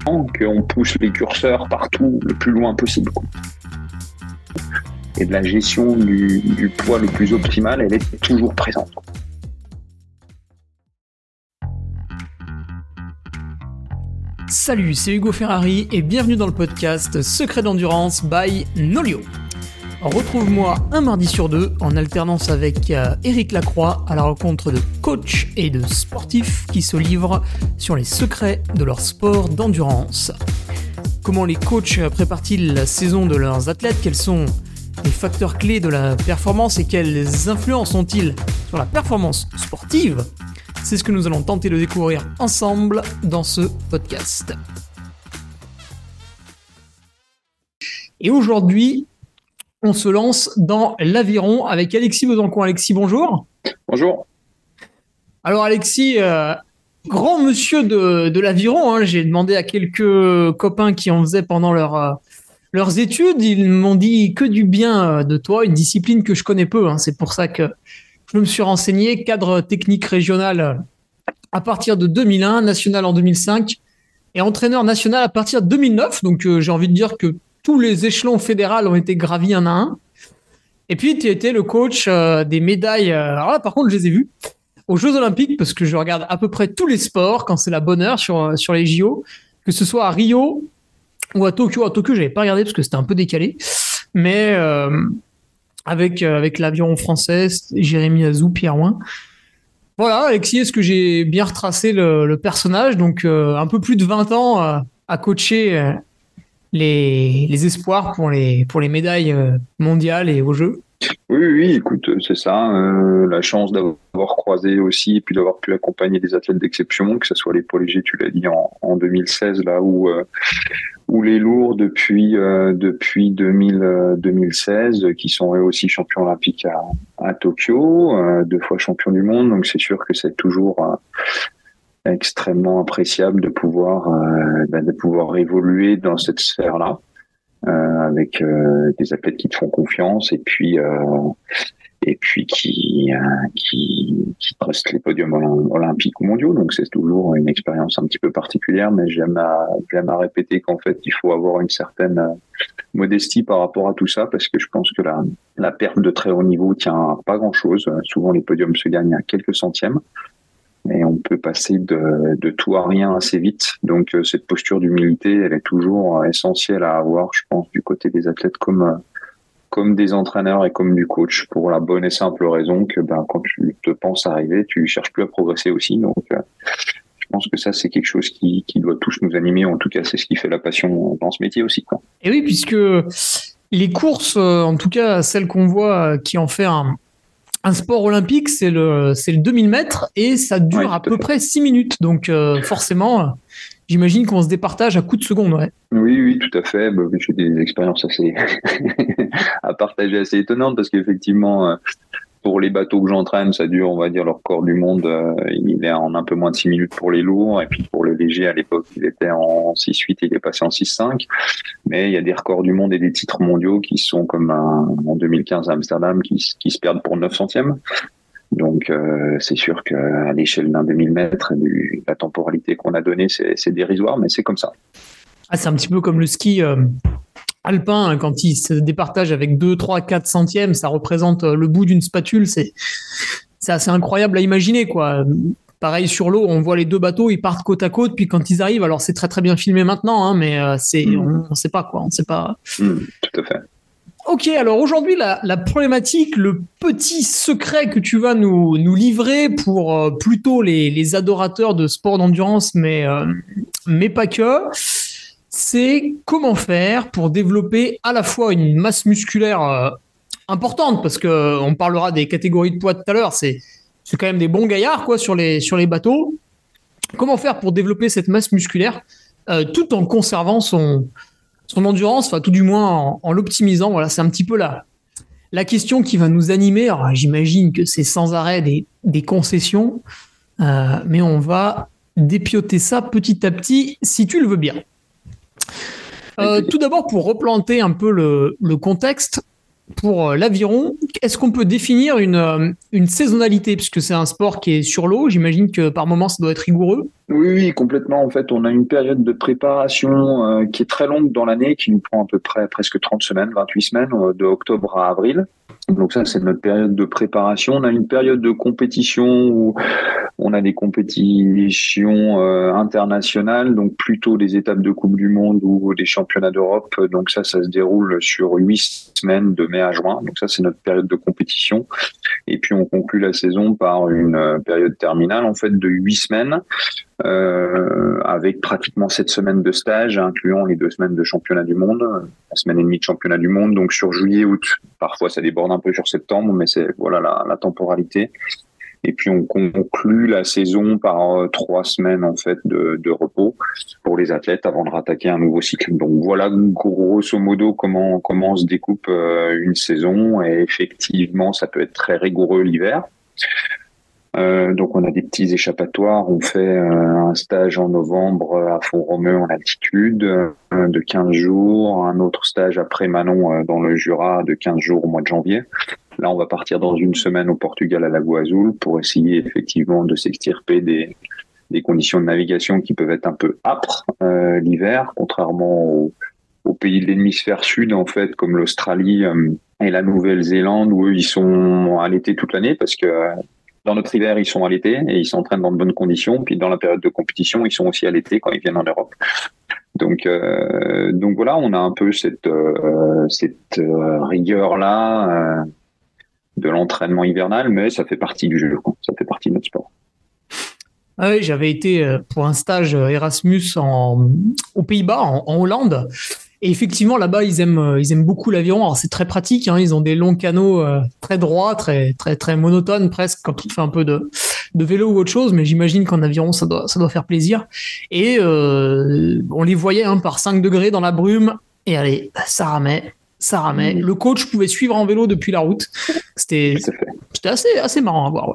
qu'on pousse les curseurs partout le plus loin possible, quoi. Et de la gestion du poids le plus optimal, elle est toujours présente. Salut, c'est Hugo Ferrari et bienvenue dans le podcast Secret d'endurance by Nolio. Retrouve-moi un mardi sur deux en alternance avec Eric Lacroix à la rencontre de coachs et de sportifs qui se livrent sur les secrets de leur sport d'endurance. Comment les coachs préparent-ils la saison de leurs athlètes? Quels sont les facteurs clés de la performance et quelles influences ont-ils sur la performance sportive? C'est ce que nous allons tenter de découvrir ensemble dans ce podcast. Et aujourd'hui, on se lance dans l'aviron avec Alexis Besançon. Alexis, bonjour. Bonjour. Alors Alexis, grand monsieur de l'aviron, hein, j'ai demandé à quelques copains qui en faisaient pendant leurs études, ils m'ont dit que du bien de toi, une discipline que je connais peu, hein, c'est pour ça que je me suis renseigné, cadre technique régional à partir de 2001, national en 2005 et entraîneur national à partir de 2009. Donc j'ai envie de dire que tous les échelons fédéraux ont été gravis un à un. Et puis tu étais le coach des médailles. Alors là par contre je les ai vus aux Jeux Olympiques parce que je regarde à peu près tous les sports quand c'est la bonne heure sur les JO, que ce soit à Rio ou à Tokyo. À Tokyo j'avais pas regardé parce que c'était un peu décalé. Mais avec l'aviron français, Jérémy Azou, Pierre Ouin. Voilà, Alexis, est-ce que j'ai bien retracé le personnage? Donc, un peu plus de 20 ans à coacher les espoirs pour les médailles mondiales et aux Jeux. Oui, écoute, c'est ça. La chance d'avoir croisé aussi et puis d'avoir pu accompagner des athlètes d'exception, que ce soit les poids légers, tu l'as dit, en 2016, là où les lourds depuis 2016, qui sont eux aussi champions olympiques à Tokyo, 2 fois champions du monde. Donc c'est sûr que c'est toujours extrêmement appréciable de pouvoir évoluer dans cette sphère-là, avec des athlètes qui te font confiance et puis qui trustent les podiums olympiques ou mondiaux. Donc c'est toujours une expérience un petit peu particulière, mais j'aime à répéter qu'en fait il faut avoir une certaine modestie par rapport à tout ça, parce que je pense que la perte de très haut niveau tient à pas grand chose. Souvent les podiums se gagnent à quelques centièmes, mais on peut passer de tout à rien assez vite. Donc cette posture d'humilité, elle est toujours essentielle à avoir, je pense, du côté des athlètes comme des entraîneurs et comme du coach, pour la bonne et simple raison que quand tu te penses arriver, tu cherches plus à progresser aussi. Donc je pense que ça, c'est quelque chose qui doit tous nous animer. En tout cas, c'est ce qui fait la passion dans ce métier aussi, quoi. Et oui, puisque les courses, en tout cas celles qu'on voit qui en fait un sport olympique, c'est le 2000 mètres et ça dure à peu près 6 minutes. Donc forcément, j'imagine qu'on se départage à coups de secondes. Ouais. Oui, tout à fait. J'ai des expériences assez à partager, assez étonnantes, parce qu'effectivement, pour les bateaux que j'entraîne, ça dure, on va dire, le record du monde, il est en un peu moins de 6 minutes pour les lourds, et puis pour le léger, à l'époque, il était en 6,8 et il est passé en 6,5. Mais il y a des records du monde et des titres mondiaux qui sont comme en 2015 à Amsterdam, qui se perdent pour 9 centièmes. Donc c'est sûr qu'à l'échelle d'un 2000 mètres, la temporalité qu'on a donnée, c'est dérisoire, mais c'est comme ça. C'est un petit peu comme le ski alpin, hein, quand il se départage avec 2, 3, 4 centièmes, ça représente le bout d'une spatule. C'est assez incroyable à imaginer, quoi. Pareil sur l'eau, on voit les deux bateaux, ils partent côte à côte, puis quand ils arrivent, alors c'est très très bien filmé maintenant, hein, mais on sait pas, quoi. On sait pas. Tout à fait. Ok, alors aujourd'hui, la problématique, le petit secret que tu vas nous livrer pour plutôt les adorateurs de sport d'endurance, mais pas que, c'est comment faire pour développer à la fois une masse musculaire importante, parce qu'on parlera des catégories de poids tout à l'heure, c'est quand même des bons gaillards, quoi, sur les bateaux. Comment faire pour développer cette masse musculaire tout en conservant son endurance, enfin tout du moins en l'optimisant. Voilà, c'est un petit peu la question qui va nous animer. Alors, j'imagine que c'est sans arrêt des concessions, mais on va dépioter ça petit à petit, si tu le veux bien. Tout d'abord, pour replanter un peu le contexte, pour l'aviron, est-ce qu'on peut définir une saisonnalité? Puisque c'est un sport qui est sur l'eau, j'imagine que par moment, ça doit être rigoureux. Oui, oui, complètement. En fait, on a une période de préparation qui est très longue dans l'année, qui nous prend à peu près presque 30 semaines, 28 semaines, de octobre à avril. Donc ça, c'est notre période de préparation. On a une période de compétition où on a des compétitions internationales, donc plutôt des étapes de Coupe du Monde ou des championnats d'Europe. Donc ça se déroule sur 8 semaines de mai à juin. Donc ça, c'est notre période de compétition. Et puis on conclut la saison par une période terminale en fait de 8 semaines. Avec pratiquement 7 semaines de stage, incluant les 2 semaines de championnat du monde, la semaine et demie de championnat du monde, donc sur juillet, août. Parfois, ça déborde un peu sur septembre, mais c'est voilà la temporalité. Et puis, on conclut la saison par 3 semaines en fait de repos pour les athlètes avant de rattaquer un nouveau cycle. Donc voilà, grosso modo, comment se découpe une saison. Et effectivement, ça peut être très rigoureux l'hiver. Donc on a des petits échappatoires, on fait un stage en novembre à Font-Romeu en altitude de 15 jours, un autre stage après Manon dans le Jura de 15 jours au mois de janvier. Là on va partir dans une semaine au Portugal à Lagoa Azul pour essayer effectivement de s'extirper des conditions de navigation qui peuvent être un peu âpres l'hiver, contrairement aux pays de l'hémisphère sud en fait comme l'Australie et la Nouvelle-Zélande où eux ils sont à l'été toute l'année parce que dans notre hiver, ils sont à l'été et ils s'entraînent dans de bonnes conditions. Puis dans la période de compétition, ils sont aussi à l'été quand ils viennent en Europe. Donc voilà, on a un peu cette rigueur-là de l'entraînement hivernal, mais ça fait partie du jeu, quoi. Ça fait partie de notre sport. Ah oui, j'avais été pour un stage Erasmus aux Pays-Bas, en Hollande. Et effectivement, là-bas, ils aiment beaucoup l'aviron. Alors, c'est très pratique, hein. Ils ont des longs canaux très droits, très, très, très monotones presque quand on fait un peu de vélo ou autre chose. Mais j'imagine qu'en aviron, ça doit faire plaisir. Et on les voyait par 5 degrés dans la brume. Et allez, ça ramait. Le coach pouvait suivre en vélo depuis la route. C'était assez marrant à voir. Ouais.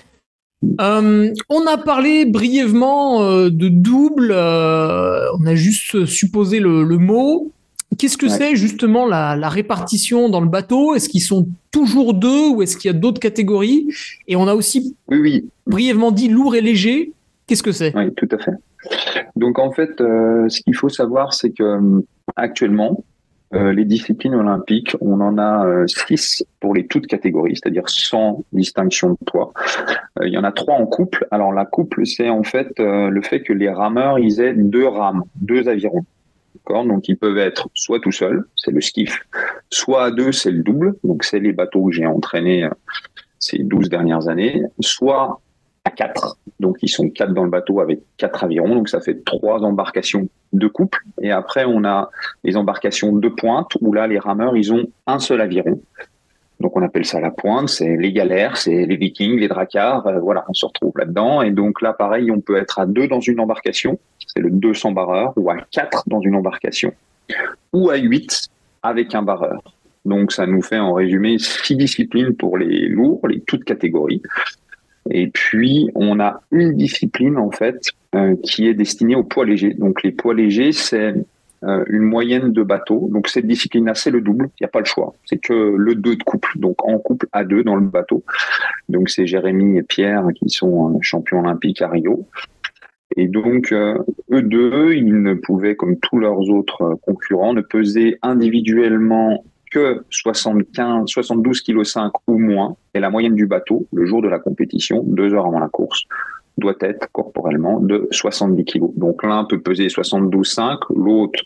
On a parlé brièvement de double. On a juste supposé le mot. Qu'est-ce que c'est justement la répartition dans le bateau? Est-ce qu'ils sont toujours deux ou est-ce qu'il y a d'autres catégories? Et on a aussi brièvement dit lourd et léger. Qu'est-ce que c'est? Oui, tout à fait. Donc en fait, ce qu'il faut savoir, c'est que actuellement, les disciplines olympiques, on en a 6 pour les toutes catégories, c'est-à-dire sans distinction de poids. Il y en a 3 en couple. Alors la couple, c'est en fait le fait que les rameurs, ils aient 2 rames, 2 avirons. D'accord ? Donc ils peuvent être soit tout seuls, c'est le skiff, soit à 2, c'est le double, donc c'est les bateaux que j'ai entraînés ces 12 dernières années, soit à 4. Donc ils sont 4 dans le bateau avec 4 avirons, donc ça fait 3 embarcations de couple. Et après on a les embarcations de pointe où là les rameurs ils ont un seul aviron. Donc on appelle ça la pointe, c'est les galères, c'est les vikings, les dracars, voilà, on se retrouve là-dedans. Et donc là pareil, on peut être à 2 dans une embarcation, c'est le 200 barreur, ou à 4 dans une embarcation, ou à 8 avec un barreur. Donc ça nous fait en résumé 6 disciplines pour les lourds, les toutes catégories. Et puis, on a une discipline, en fait, qui est destinée aux poids légers. Donc, les poids légers, c'est une moyenne de bateaux. Donc, cette discipline-là, c'est le double. Il n'y a pas le choix. C'est que le 2 de couple. Donc, en couple à 2 dans le bateau. Donc, c'est Jérémy et Pierre qui sont champions olympiques à Rio. Et donc, eux deux, ils ne pouvaient, comme tous leurs autres concurrents, ne peser individuellement que 72,5 kg ou moins, et la moyenne du bateau, le jour de la compétition, 2 heures avant la course, doit être corporellement de 70 kg. Donc l'un peut peser 72,5, l'autre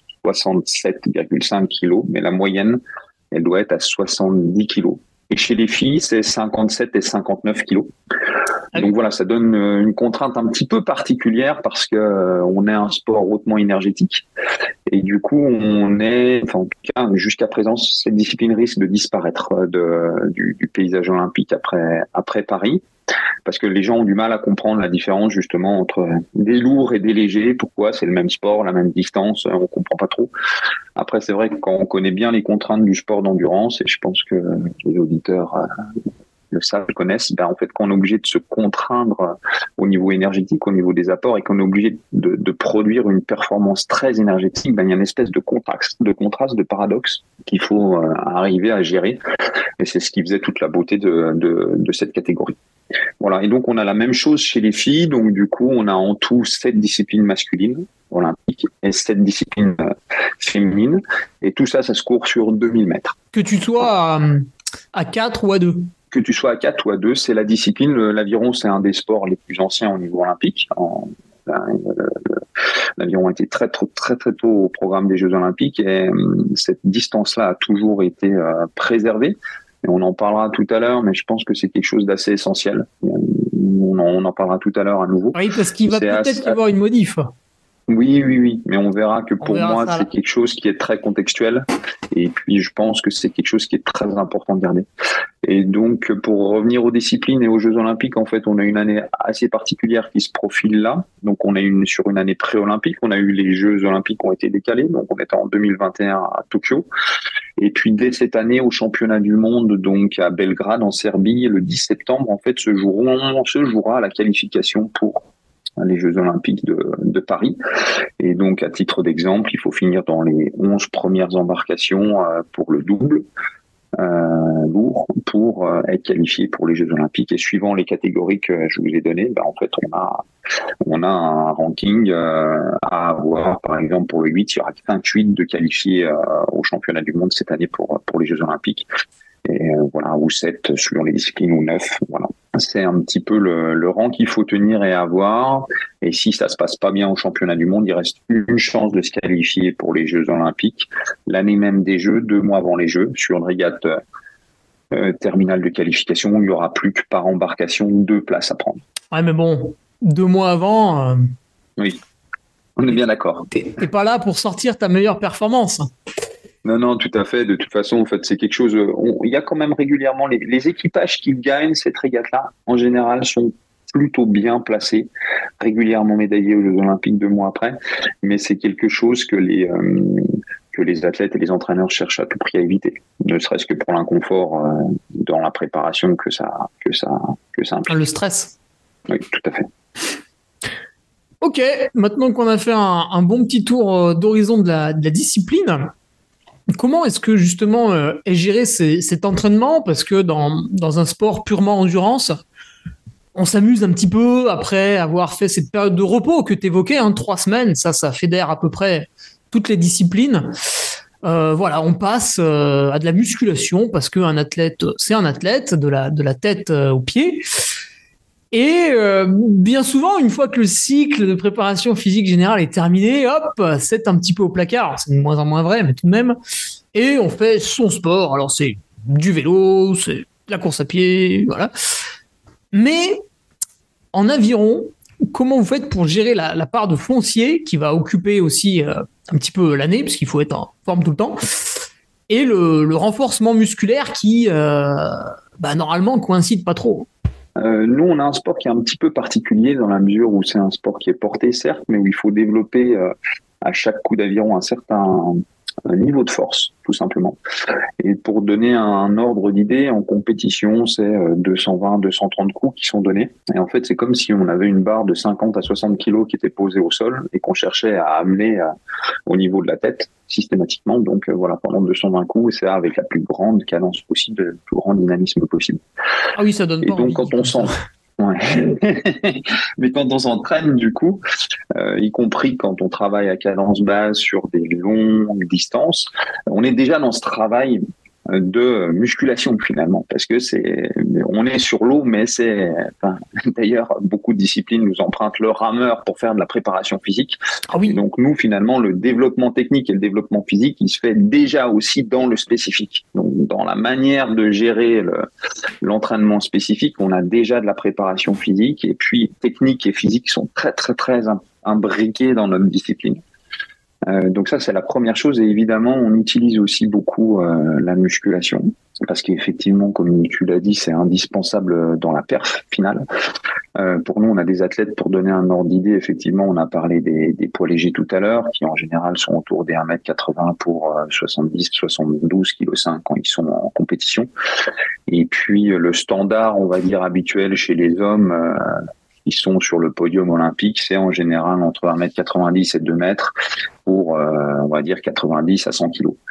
67,5 kg, mais la moyenne, elle doit être à 70 kg. Et chez les filles, c'est 57 et 59 kg. Donc voilà, ça donne une contrainte un petit peu particulière parce que on est un sport hautement énergétique et du coup en tout cas jusqu'à présent cette discipline risque de disparaître du paysage olympique après Paris parce que les gens ont du mal à comprendre la différence justement entre des lourds et des légers. Pourquoi c'est le même sport, la même distance, on comprend pas trop. Après c'est vrai que quand on connaît bien les contraintes du sport d'endurance et je pense que les auditeurs le savent, le connaissent, en fait, quand on est obligé de se contraindre au niveau énergétique, au niveau des apports, et qu'on est obligé de produire une performance très énergétique, il y a une espèce de contraste, de paradoxe qu'il faut arriver à gérer. Et c'est ce qui faisait toute la beauté de cette catégorie. Voilà. Et donc, on a la même chose chez les filles. Donc, du coup, on a en tout 7 disciplines masculines olympiques et 7 disciplines féminines. Et tout ça, ça se court sur 2000 mètres. Que tu sois à 4 ou à 2? Que tu sois à 4 ou à 2, c'est la discipline. L'aviron, c'est un des sports les plus anciens au niveau olympique. L'aviron a été très tôt au programme des Jeux olympiques et cette distance-là a toujours été préservée. Et on en parlera tout à l'heure, mais je pense que c'est quelque chose d'assez essentiel. On en parlera tout à l'heure à nouveau. Oui, parce qu'il va peut-être y avoir une modif. Oui, mais on verra que pour moi, c'est quelque chose qui est très contextuel. Et puis, je pense que c'est quelque chose qui est très important de garder. Et donc, pour revenir aux disciplines et aux Jeux Olympiques, en fait, on a une année assez particulière qui se profile là. Donc, on est sur une année pré-olympique. On a eu les Jeux Olympiques qui ont été décalés. Donc, on était en 2021 à Tokyo. Et puis, dès cette année, au championnat du monde, donc à Belgrade, en Serbie, le 10 septembre, en fait, se jouera la qualification pour les Jeux Olympiques de Paris. Et donc, à titre d'exemple, il faut finir dans les 11 premières embarcations pour le double lourd pour être qualifié pour les Jeux Olympiques. Et suivant les catégories que je vous ai données, en fait, on a un ranking à avoir. Par exemple, pour le 8, il y aura 28 de qualifiés au championnat du monde cette année pour les Jeux Olympiques. Et voilà, ou 7 suivant les disciplines, ou 9. Voilà. C'est un petit peu le rang qu'il faut tenir et avoir. Et si ça se passe pas bien au championnat du monde, il reste une chance de se qualifier pour les Jeux Olympiques l'année même des Jeux, 2 mois avant les Jeux, sur une régate terminale de qualification où il y aura plus que par embarcation 2 places à prendre. Ouais, mais bon, 2 mois avant. Oui, on est bien d'accord. T'es pas là pour sortir ta meilleure performance. Non, tout à fait. De toute façon, en fait, c'est quelque chose. Il y a quand même régulièrement les équipages qui gagnent cette régate-là. En général, sont plutôt bien placés, régulièrement médaillés aux Jeux Olympiques 2 mois après. Mais c'est quelque chose que les athlètes et les entraîneurs cherchent à tout prix à éviter. Ne serait-ce que pour l'inconfort dans la préparation que ça implique. Le stress. Oui, tout à fait. Ok, maintenant qu'on a fait un bon petit tour d'horizon de la discipline. Comment est-ce que justement est géré cet entraînement? Parce que dans un sport purement endurance, on s'amuse un petit peu après avoir fait cette période de repos que tu évoquais, 3 semaines, ça fédère à peu près toutes les disciplines. Voilà, on passe à de la musculation parce qu'un athlète, c'est un athlète de la tête aux pieds. Et bien souvent, une fois que le cycle de préparation physique générale est terminé, hop, c'est un petit peu au placard. Alors, c'est de moins en moins vrai, mais tout de même. Et on fait son sport. Alors, c'est du vélo, c'est de la course à pied, voilà. Mais en aviron, comment vous faites pour gérer la part de foncier qui va occuper aussi un petit peu l'année, puisqu'il faut être en forme tout le temps, et le renforcement musculaire qui, normalement, coïncide pas trop? Nous, on a un sport qui est un petit peu particulier dans la mesure où c'est un sport qui est porté, certes, mais où il faut développer à chaque coup d'aviron un certain niveau de force, tout simplement. Et pour donner un ordre d'idée, en compétition, c'est 220, 230 coups qui sont donnés. Et en fait, c'est comme si on avait une barre de 50 à 60 kilos qui était posée au sol et qu'on cherchait à amener au niveau de la tête systématiquement. Donc voilà, pendant 220 coups, et c'est avec la plus grande cadence possible, le plus grand dynamisme possible. Ah oui, ça donne pas envie. Et donc, quand on sent... Ouais. Mais quand on s'entraîne, du coup, y compris quand on travaille à cadence basse sur des longues distances, on est déjà dans ce travail de musculation finalement, parce que on est sur l'eau, mais d'ailleurs beaucoup de disciplines nous empruntent le rameur pour faire de la préparation physique. Ah oui. Et donc nous finalement le développement technique et le développement physique, il se fait déjà aussi dans le spécifique. Donc dans la manière de gérer l'entraînement spécifique, on a déjà de la préparation physique, et puis technique et physique sont très très très imbriqués dans notre discipline. Donc ça, c'est la première chose. Et évidemment, on utilise aussi beaucoup la musculation parce qu'effectivement, comme tu l'as dit, c'est indispensable dans la perf finale. Pour nous, on a des athlètes, pour donner un ordre d'idée, effectivement, on a parlé des poids légers tout à l'heure, qui en général sont autour des 1m80 pour 70-72 kg 5 quand ils sont en compétition. Et puis le standard, on va dire, habituel chez les hommes qui sont sur le podium olympique, c'est en général entre 1m90 et 2 mètres pour, on va dire, 90 à 100 kg.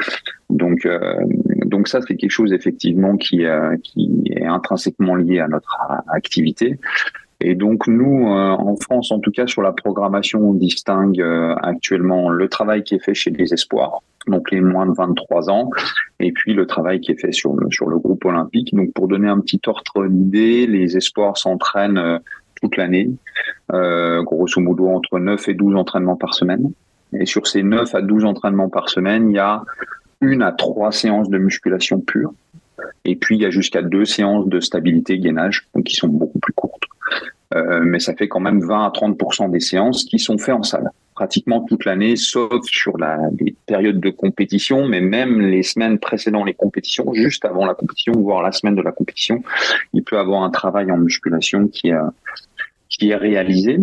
Donc ça, c'est quelque chose effectivement qui est intrinsèquement lié à notre activité. Et donc nous, en France, en tout cas sur la programmation, on distingue actuellement le travail qui est fait chez les espoirs, donc les moins de 23 ans, et puis le travail qui est fait sur le groupe olympique. Donc pour donner un petit ordre d'idée, les espoirs s'entraînent toute l'année, grosso modo entre 9 et 12 entraînements par semaine. Et sur ces 9 à 12 entraînements par semaine, il y a 1 à 3 séances de musculation pure. Et puis, il y a jusqu'à 2 séances de stabilité gainage, donc qui sont beaucoup plus courtes. Mais ça fait quand même 20 à 30% des séances qui sont faites en salle, pratiquement toute l'année, sauf sur les périodes de compétition, mais même les semaines précédant les compétitions, juste avant la compétition, voire la semaine de la compétition, il peut y avoir un travail en musculation qui est réalisé.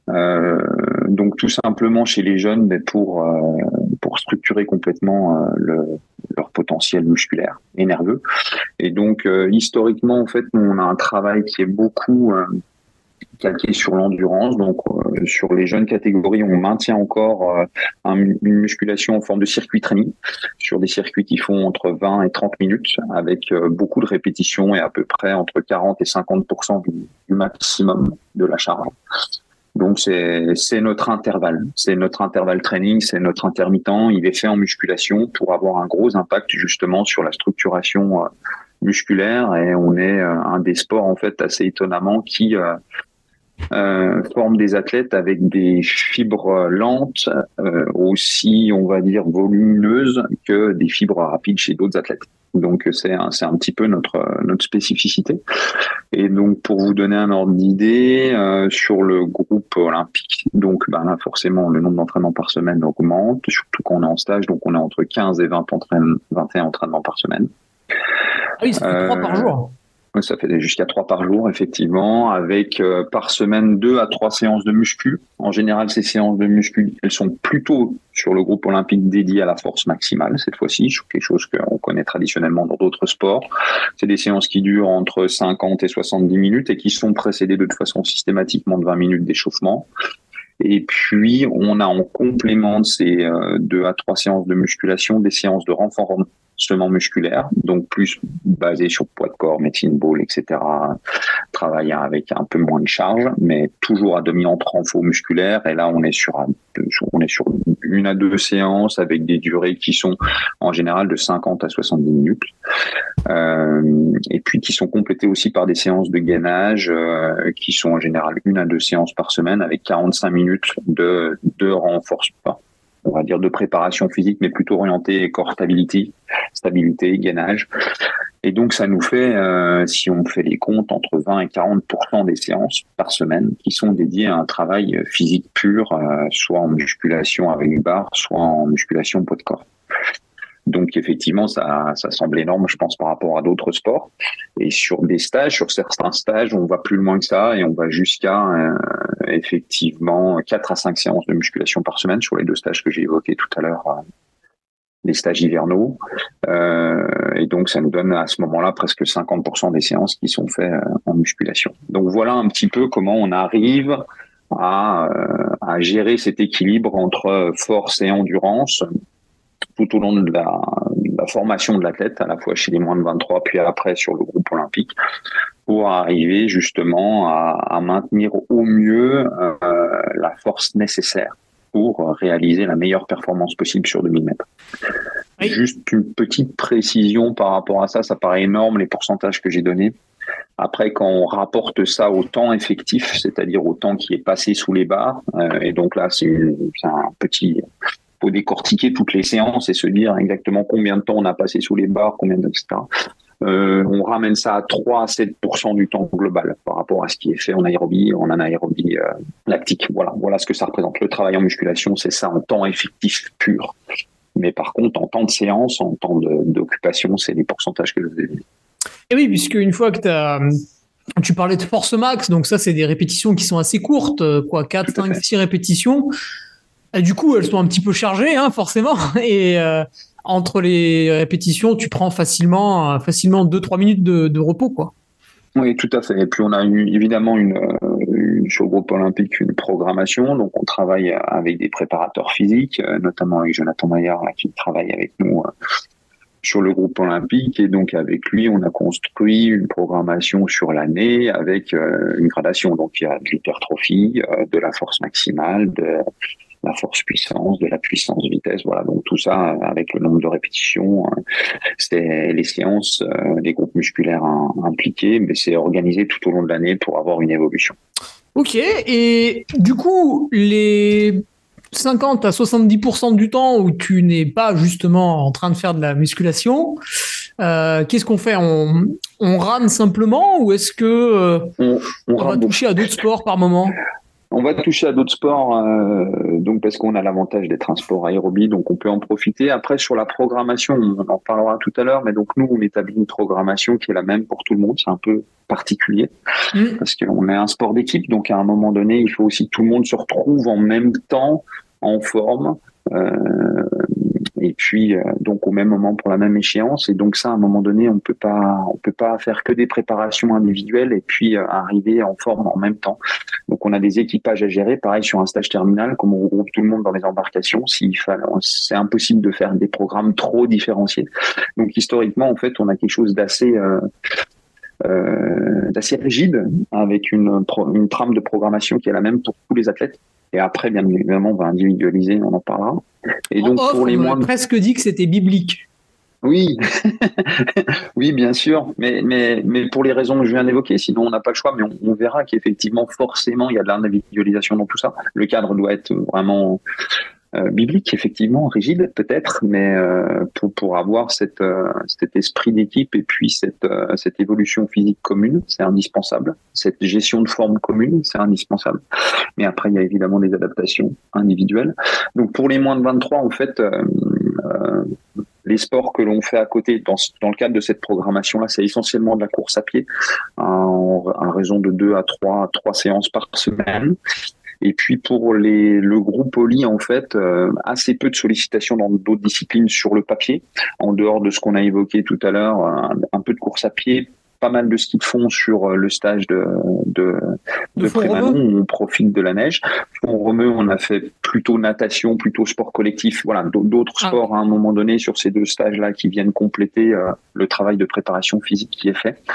Donc tout simplement chez les jeunes, pour structurer complètement leur potentiel musculaire et nerveux. Et donc historiquement, en fait, on a un travail qui est beaucoup calqué sur l'endurance. Donc sur les jeunes catégories, on maintient encore une musculation en forme de circuit training sur des circuits qui font entre 20 et 30 minutes avec beaucoup de répétitions et à peu près entre 40 et 50% du maximum de la charge. Donc c'est notre intervalle, training, c'est notre intermittent. Il est fait en musculation pour avoir un gros impact justement sur la structuration musculaire, et on est un des sports en fait assez étonnamment qui forme des athlètes avec des fibres lentes aussi, on va dire, volumineuses que des fibres rapides chez d'autres athlètes. Donc c'est un petit peu notre spécificité. Et donc pour vous donner un ordre d'idée sur le groupe olympique, donc là forcément le nombre d'entraînements par semaine augmente, surtout quand on est en stage, donc on est entre 15 et 21 entraînements par semaine. Ah oui, ça fait 3 par jour. Ça fait jusqu'à 3 par jour, effectivement, avec par semaine 2 à 3 séances de muscu. En général, ces séances de muscu, elles sont plutôt sur le groupe olympique dédié à la force maximale, cette fois-ci, quelque chose qu'on connaît traditionnellement dans d'autres sports. C'est des séances qui durent entre 50 et 70 minutes et qui sont précédées de toute façon systématiquement de 20 minutes d'échauffement. Et puis, on a en complément de ces 2 à 3 séances de musculation, des séances de renforcement musculaire, donc plus basé sur poids de corps, medicine ball, etc. Travailler avec un peu moins de charge, mais toujours à dominante renfort musculaire. Et là, on est sur 1 à 2 séances avec des durées qui sont en général de 50 à 70 minutes. Et puis qui sont complétées aussi par des séances de gainage qui sont en général 1 à 2 séances par semaine avec 45 minutes de renforcement, on va dire de préparation physique, mais plutôt orientée corps stabilité, gainage. Et donc ça nous fait, si on fait les comptes, entre 20 et 40% des séances par semaine qui sont dédiées à un travail physique pur, soit en musculation avec barre, soit en musculation poids de corps. Donc effectivement, ça semble énorme, je pense, par rapport à d'autres sports. Et sur certains stages, on va plus loin que ça et on va jusqu'à effectivement 4 à 5 séances de musculation par semaine sur les 2 stages que j'ai évoqués tout à l'heure, les stages hivernaux. Et donc ça nous donne à ce moment-là presque 50% des séances qui sont faites en musculation. Donc voilà un petit peu comment on arrive à gérer cet équilibre entre force et endurance tout au long de la formation de l'athlète, à la fois chez les moins de 23, puis après sur le groupe olympique, pour arriver justement à maintenir au mieux la force nécessaire pour réaliser la meilleure performance possible sur 2000 mètres. Oui. Juste une petite précision par rapport à ça, ça paraît énorme les pourcentages que j'ai donnés. Après, quand on rapporte ça au temps effectif, c'est-à-dire au temps qui est passé sous les barres, et donc là c'est un petit... faut décortiquer toutes les séances et se dire exactement combien de temps on a passé sous les barres, etc. On ramène ça à 3 à 7% du temps global par rapport à ce qui est fait en anaérobie lactique. Voilà ce que ça représente. Le travail en musculation, c'est ça en temps effectif pur. Mais par contre, en temps de séance, en temps d'occupation, c'est les pourcentages que je vous ai dit. Et oui, puisque une fois que tu as Tu parlais de force max, donc ça, c'est des répétitions qui sont assez courtes, quoi, 4, 5, 6 répétitions. Et du coup, elles sont un petit peu chargées, hein, forcément. Et entre les répétitions, tu prends facilement 2-3 minutes de repos, quoi. Oui, tout à fait. Et puis on a évidemment sur le groupe olympique une programmation. Donc on travaille avec des préparateurs physiques, notamment avec Jonathan Maillard là, qui travaille avec nous sur le groupe olympique. Et donc avec lui, on a construit une programmation sur l'année avec une gradation. Donc il y a de l'hypertrophie, de la force maximale, de la force puissance, de la puissance vitesse, voilà. Donc tout ça avec le nombre de répétitions, c'est les séances, les groupes musculaires impliqués, mais c'est organisé tout au long de l'année pour avoir une évolution. Ok, et du coup, les 50 à 70% du temps où tu n'es pas justement en train de faire de la musculation, qu'est-ce qu'on fait? On rame simplement ou est-ce que on va toucher à d'autres sports par moment? On va toucher à d'autres sports, donc parce qu'on a l'avantage d'être un sport aérobie, donc on peut en profiter. Après, sur la programmation, on en parlera tout à l'heure, mais donc nous, on établit une programmation qui est la même pour tout le monde. C'est un peu particulier parce qu'on est un sport d'équipe, donc à un moment donné, il faut aussi que tout le monde se retrouve en même temps en forme. Et puis donc au même moment pour la même échéance, et donc ça à un moment donné on peut pas faire que des préparations individuelles et puis arriver en forme en même temps. Donc on a des équipages à gérer, pareil sur un stage terminal, comme on regroupe tout le monde dans les embarcations, c'est impossible de faire des programmes trop différenciés. Donc historiquement en fait on a quelque chose d'assez rigide, avec une trame de programmation qui est la même pour tous les athlètes. Et après, bien évidemment, on va individualiser, on en parlera. Et donc, pour les moins, presque dit que c'était biblique. Oui, oui, bien sûr, mais pour les raisons que je viens d'évoquer, sinon on n'a pas le choix. Mais on verra qu'effectivement, forcément, il y a de l'individualisation dans tout ça. Le cadre doit être vraiment biblique, effectivement, rigide peut-être, mais pour avoir cet esprit d'équipe et puis cette évolution physique commune, c'est indispensable. Cette gestion de forme commune, c'est indispensable. Mais après, il y a évidemment des adaptations individuelles. Donc pour les moins de 23, en fait, les sports que l'on fait à côté dans le cadre de cette programmation-là, c'est essentiellement de la course à pied, en raison de 2 à 3 séances par semaine. Et puis pour le groupe Oli, en fait, assez peu de sollicitations dans d'autres disciplines sur le papier, en dehors de ce qu'on a évoqué tout à l'heure, un peu de course à pied, pas mal de ski de fond sur le stage de Prémanon, où on profite de la neige. Pour Romeu, on a fait plutôt natation, plutôt sport collectif. Voilà, d'autres sports à un moment donné sur ces 2 stages-là qui viennent compléter le travail de préparation physique qui est fait.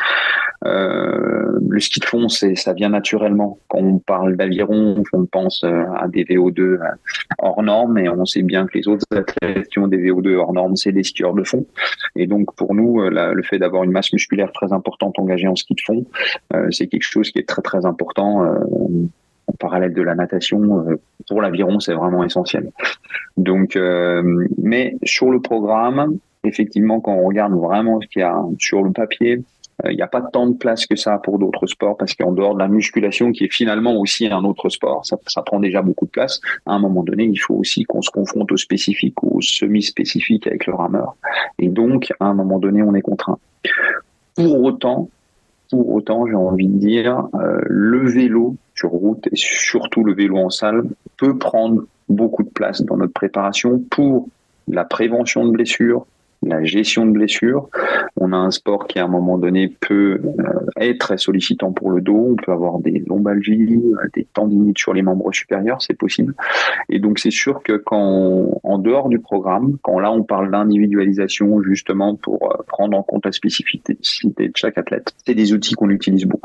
Le ski de fond, ça vient naturellement. Quand on parle d'aviron, on pense à des VO2 hors normes, et on sait bien que les autres athlètes qui ont des VO2 hors normes, c'est des skieurs de fond. Et donc pour nous, le fait d'avoir une masse musculaire très importante engagée en ski de fond, c'est quelque chose qui est très très important. En parallèle de la natation, pour l'aviron, c'est vraiment essentiel. Donc, mais sur le programme, effectivement, quand on regarde vraiment ce qu'il y a sur le papier, il n'y a pas tant de place que ça pour d'autres sports, parce qu'en dehors de la musculation, qui est finalement aussi un autre sport, ça prend déjà beaucoup de place. À un moment donné, il faut aussi qu'on se confronte au spécifique ou au semi-spécifique avec le rameur. Et donc, à un moment donné, on est contraint. Pour autant, j'ai envie de dire, le vélo sur route et surtout le vélo en salle peut prendre beaucoup de place dans notre préparation pour la prévention de blessures, la gestion de blessures. On a un sport qui à un moment donné peut être très sollicitant pour le dos. On peut avoir des lombalgies, des tendinites sur les membres supérieurs, c'est possible. Et donc c'est sûr que en dehors du programme, quand là on parle d'individualisation justement pour prendre en compte la spécificité de chaque athlète, c'est des outils qu'on utilise beaucoup.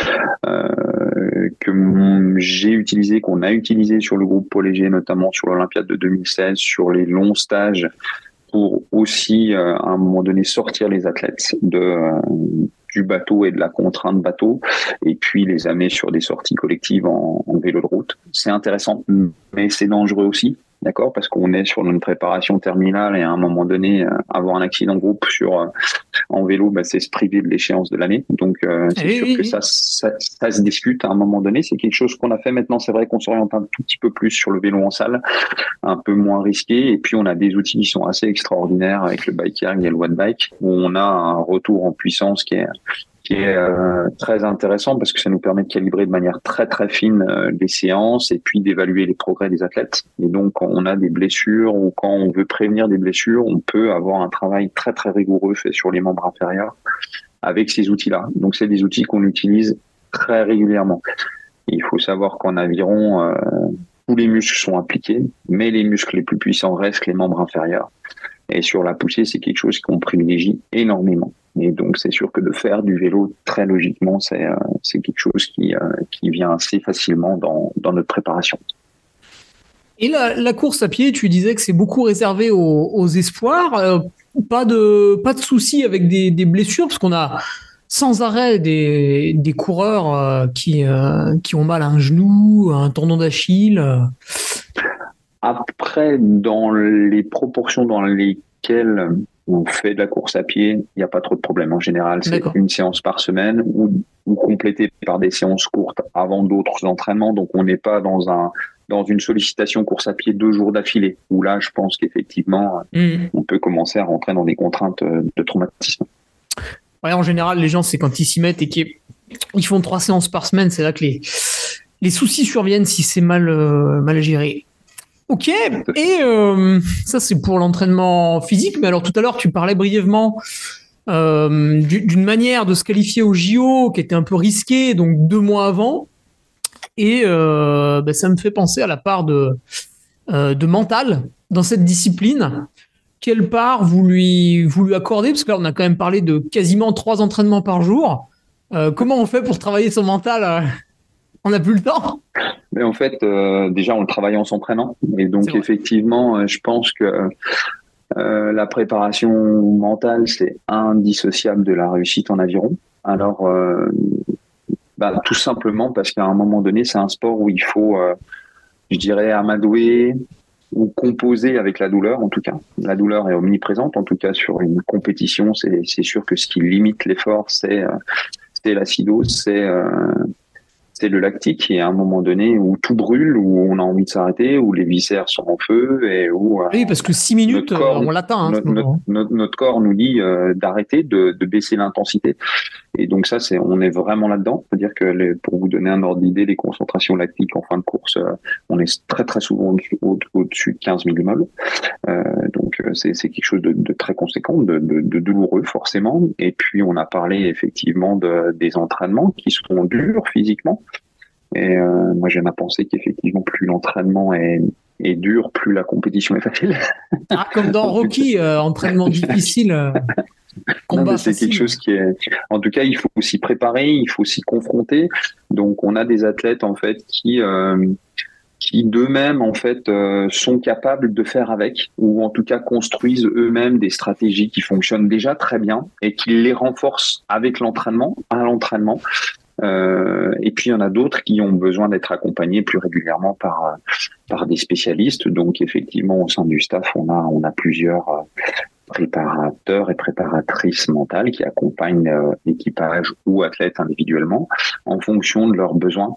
Que j'ai utilisé, qu'on a utilisé sur le groupe Pôle Léger, notamment sur l'Olympiade de 2016, sur les longs stages, pour aussi, à un moment donné, sortir les athlètes du bateau et de la contrainte bateau, et puis les amener sur des sorties collectives en vélo de route. C'est intéressant, mais c'est dangereux aussi. D'accord, parce qu'on est sur une préparation terminale, et à un moment donné, avoir un accident de groupe en vélo, c'est se priver de l'échéance de l'année. Donc c'est sûr que ça se discute à un moment donné. C'est quelque chose qu'on a fait. Maintenant, c'est vrai qu'on s'oriente un tout petit peu plus sur le vélo en salle, un peu moins risqué. Et puis on a des outils qui sont assez extraordinaires avec le bike erg et le watt bike, où on a un retour en puissance qui est qui est très intéressant parce que ça nous permet de calibrer de manière très très fine les séances et puis d'évaluer les progrès des athlètes. Et donc quand on a des blessures ou quand on veut prévenir des blessures, on peut avoir un travail très très rigoureux fait sur les membres inférieurs avec ces outils-là. Donc c'est des outils qu'on utilise très régulièrement. Il faut savoir qu'en aviron, tous les muscles sont impliqués, mais les muscles les plus puissants restent les membres inférieurs. Et sur la poussée, c'est quelque chose qu'on privilégie énormément. Et donc, c'est sûr que de faire du vélo, très logiquement, c'est quelque chose qui vient assez facilement dans notre préparation. Et la course à pied, tu disais que c'est beaucoup réservé aux espoirs. Pas de soucis avec des blessures, parce qu'on a sans arrêt des coureurs qui ont mal à un genou, à un tendon d'Achille. Après, dans les proportions dans lesquelles on fait de la course à pied, il n'y a pas trop de problème. En général, c'est une séance par semaine ou complétée par des séances courtes avant d'autres entraînements. Donc, on n'est pas dans une sollicitation course à pied 2 jours d'affilée, où là, je pense qu'effectivement, on peut commencer à rentrer dans des contraintes de traumatisme. Ouais, en général, les gens, c'est quand ils s'y mettent et qu'ils font 3 séances par semaine, c'est là que les soucis surviennent si c'est mal géré. Ok, et ça c'est pour l'entraînement physique, mais alors tout à l'heure tu parlais brièvement d'une manière de se qualifier au JO qui était un peu risquée, donc 2 mois avant, et ça me fait penser à la part de mental dans cette discipline. Quelle part vous lui accordez, parce que là on a quand même parlé de quasiment 3 entraînements par jour. Comment on fait pour travailler son mental on n'a plus le temps. Mais en fait, déjà, on le travaille en s'entraînant. Et donc, effectivement, je pense que la préparation mentale, c'est indissociable de la réussite en aviron. Alors, tout simplement parce qu'à un moment donné, c'est un sport où il faut, je dirais, amadouer ou composer avec la douleur, en tout cas. La douleur est omniprésente, en tout cas, sur une compétition. C'est sûr que ce qui limite l'effort, c'est l'acidose, c'est le lactique, et à un moment donné où tout brûle, où on a envie de s'arrêter, où les viscères sont en feu et où oui, parce que 6 minutes, on l'atteint. Notre corps nous dit d'arrêter, de baisser l'intensité. Et donc ça, on est vraiment là-dedans. C'est-à-dire que pour vous donner un ordre d'idée, les concentrations lactiques en fin de course, on est très très souvent au-dessus de 15 millimol. Donc c'est quelque chose de très conséquent, de douloureux forcément. Et puis on a parlé effectivement des entraînements qui seront durs physiquement. Et moi j'aime à penser qu'effectivement plus l'entraînement est dur, plus la compétition est facile. Comme dans Rocky, entraînement difficile. C'est quelque chose qui est, en tout cas, il faut s'y préparer, il faut s'y confronter. Donc, on a des athlètes en fait qui d'eux-mêmes en fait sont capables de faire avec, ou en tout cas construisent eux-mêmes des stratégies qui fonctionnent déjà très bien et qui les renforcent avec l'entraînement, à l'entraînement. Et puis il y en a d'autres qui ont besoin d'être accompagnés plus régulièrement par des spécialistes. Donc effectivement, au sein du staff, on a plusieurs préparateurs et préparatrices mentales qui accompagnent l'équipage ou athlètes individuellement en fonction de leurs besoins.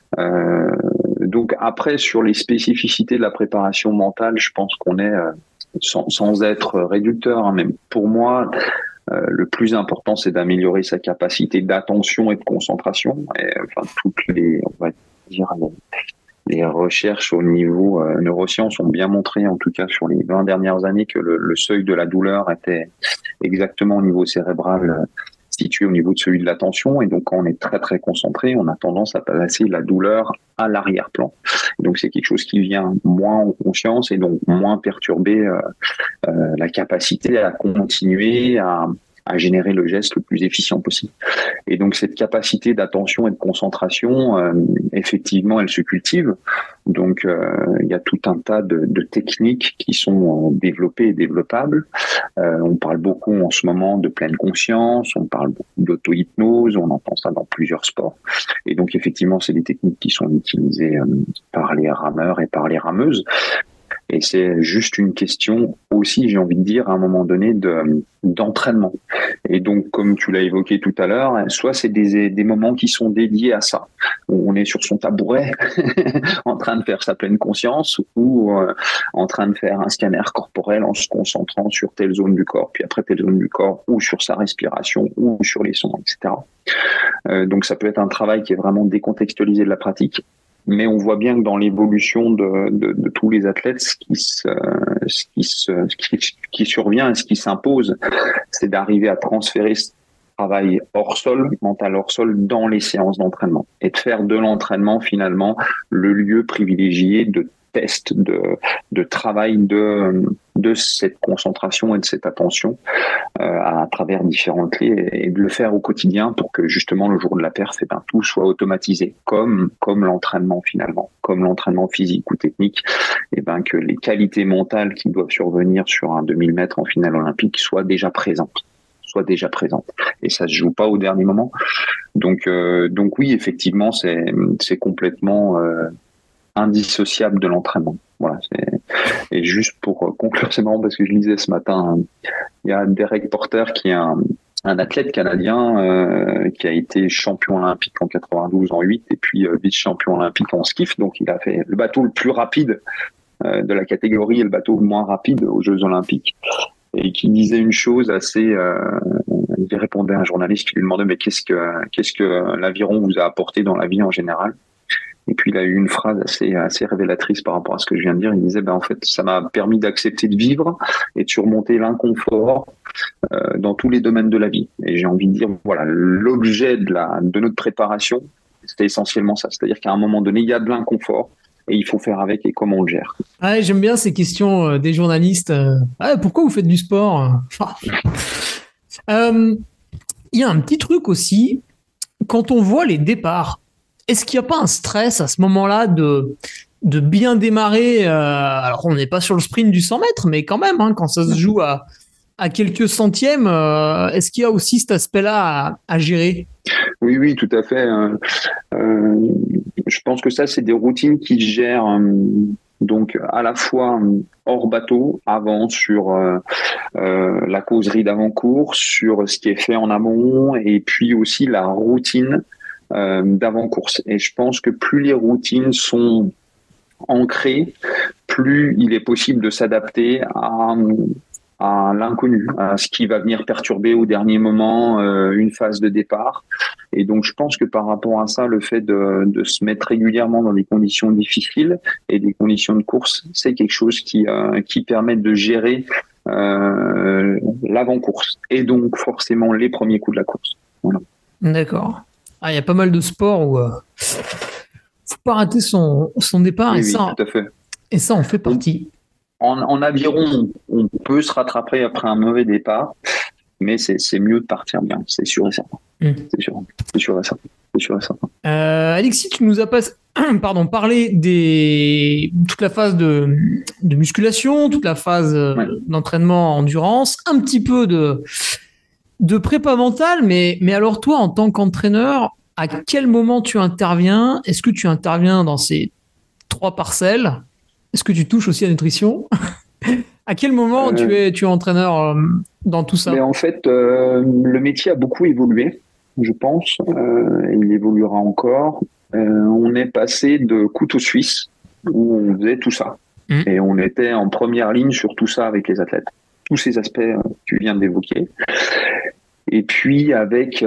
Donc après, sur les spécificités de la préparation mentale, je pense qu'on est, sans être réducteur, hein, mais pour moi, le plus important, c'est d'améliorer sa capacité d'attention et de concentration. Et, toutes les, on va dire, les recherches au niveau neurosciences ont bien montré, en tout cas sur les 20 dernières années, que le seuil de la douleur était exactement au niveau cérébral, situé au niveau de celui de l'attention. Et donc, quand on est très, très concentré, on a tendance à placer la douleur à l'arrière-plan. Donc, c'est quelque chose qui vient moins en conscience et donc moins perturber la capacité à continuer à générer le geste le plus efficient possible. Et donc cette capacité d'attention et de concentration, effectivement, elle se cultive. Donc il y a tout un tas de techniques qui sont développées et développables. On parle beaucoup en ce moment de pleine conscience, on parle beaucoup d'auto-hypnose, on entend ça dans plusieurs sports. Et donc effectivement, c'est des techniques qui sont utilisées par les rameurs et par les rameuses. Et c'est juste une question aussi, j'ai envie de dire, à un moment donné, d'entraînement. Et donc, comme tu l'as évoqué tout à l'heure, soit c'est des moments qui sont dédiés à ça. On est sur son tabouret en train de faire sa pleine conscience ou en train de faire un scanner corporel en se concentrant sur telle zone du corps, puis après telle zone du corps, ou sur sa respiration, ou sur les sons, etc. Donc ça peut être un travail qui est vraiment décontextualisé de la pratique. Mais on voit bien que dans l'évolution de tous les athlètes, ce qui survient et ce qui s'impose, c'est d'arriver à transférer ce travail hors sol, mental hors sol, dans les séances d'entraînement. Et de faire de l'entraînement, finalement, le lieu privilégié de test, de travail de cette concentration et de cette attention à travers différentes clés, et de le faire au quotidien pour que justement le jour de la perf, tout soit automatisé, comme l'entraînement finalement, comme l'entraînement physique ou technique, et que les qualités mentales qui doivent survenir sur un 2000 mètres en finale olympique soient déjà présentes. Et ça se joue pas au dernier moment. Donc oui, effectivement, c'est complètement indissociable de l'entraînement. Voilà. Et juste pour conclure, c'est marrant parce que je lisais ce matin, il y a Derek Porter qui est un athlète canadien qui a été champion olympique en 92 en 8 et puis vice-champion olympique en skiff. Donc il a fait le bateau le plus rapide de la catégorie et le bateau le moins rapide aux Jeux olympiques. Et qui disait une chose assez, il répondait à un journaliste qui lui demandait mais qu'est-ce que l'aviron vous a apporté dans la vie en général? Et puis il a eu une phrase assez révélatrice par rapport à ce que je viens de dire. Il disait en fait ça m'a permis d'accepter de vivre et de surmonter l'inconfort dans tous les domaines de la vie. Et j'ai envie de dire voilà, l'objet de notre préparation, c'était essentiellement ça. C'est-à-dire qu'à un moment donné, il y a de l'inconfort et il faut faire avec et comment on le gère. Ouais, j'aime bien ces questions des journalistes. Pourquoi vous faites du sport? Il y a un petit truc aussi, quand on voit les départs, est-ce qu'il n'y a pas un stress à ce moment-là de bien démarrer alors on n'est pas sur le sprint du 100 mètres, mais quand même, quand ça se joue à quelques centièmes, est-ce qu'il y a aussi cet aspect-là à gérer? Oui, tout à fait. Je pense que ça, c'est des routines qui se gèrent donc à la fois hors bateau, avant sur la causerie d'avant-course, sur ce qui est fait en amont, et puis aussi la routine d'avant-course. Et je pense que plus les routines sont ancrées, plus il est possible de s'adapter à l'inconnu, à ce qui va venir perturber au dernier moment une phase de départ. Et donc, je pense que par rapport à ça, le fait de se mettre régulièrement dans des conditions difficiles et des conditions de course, c'est quelque chose qui permet de gérer l'avant-course et donc forcément les premiers coups de la course. Voilà. D'accord. Il y a pas mal de sports où faut pas rater son départ, oui, tout à fait. Et ça en fait partie. En aviron, on peut se rattraper après un mauvais départ, mais c'est mieux de partir bien, c'est sûr et certain. C'est sûr et certain. Alexis, tu nous as parlé toute la phase de musculation, toute la phase d'entraînement endurance, un petit peu de prépa mentale, mais alors toi, en tant qu'entraîneur, à quel moment tu interviens? Est-ce que tu interviens dans ces 3 parcelles? Est-ce que tu touches aussi à la nutrition? À quel moment tu es entraîneur dans tout ça? Mais en fait, le métier a beaucoup évolué, je pense. Il évoluera encore. On est passé de couteau suisse, où on faisait tout ça. Et on était en première ligne sur tout ça avec les athlètes. Tous ces aspects que tu viens d'évoquer. Et puis, avec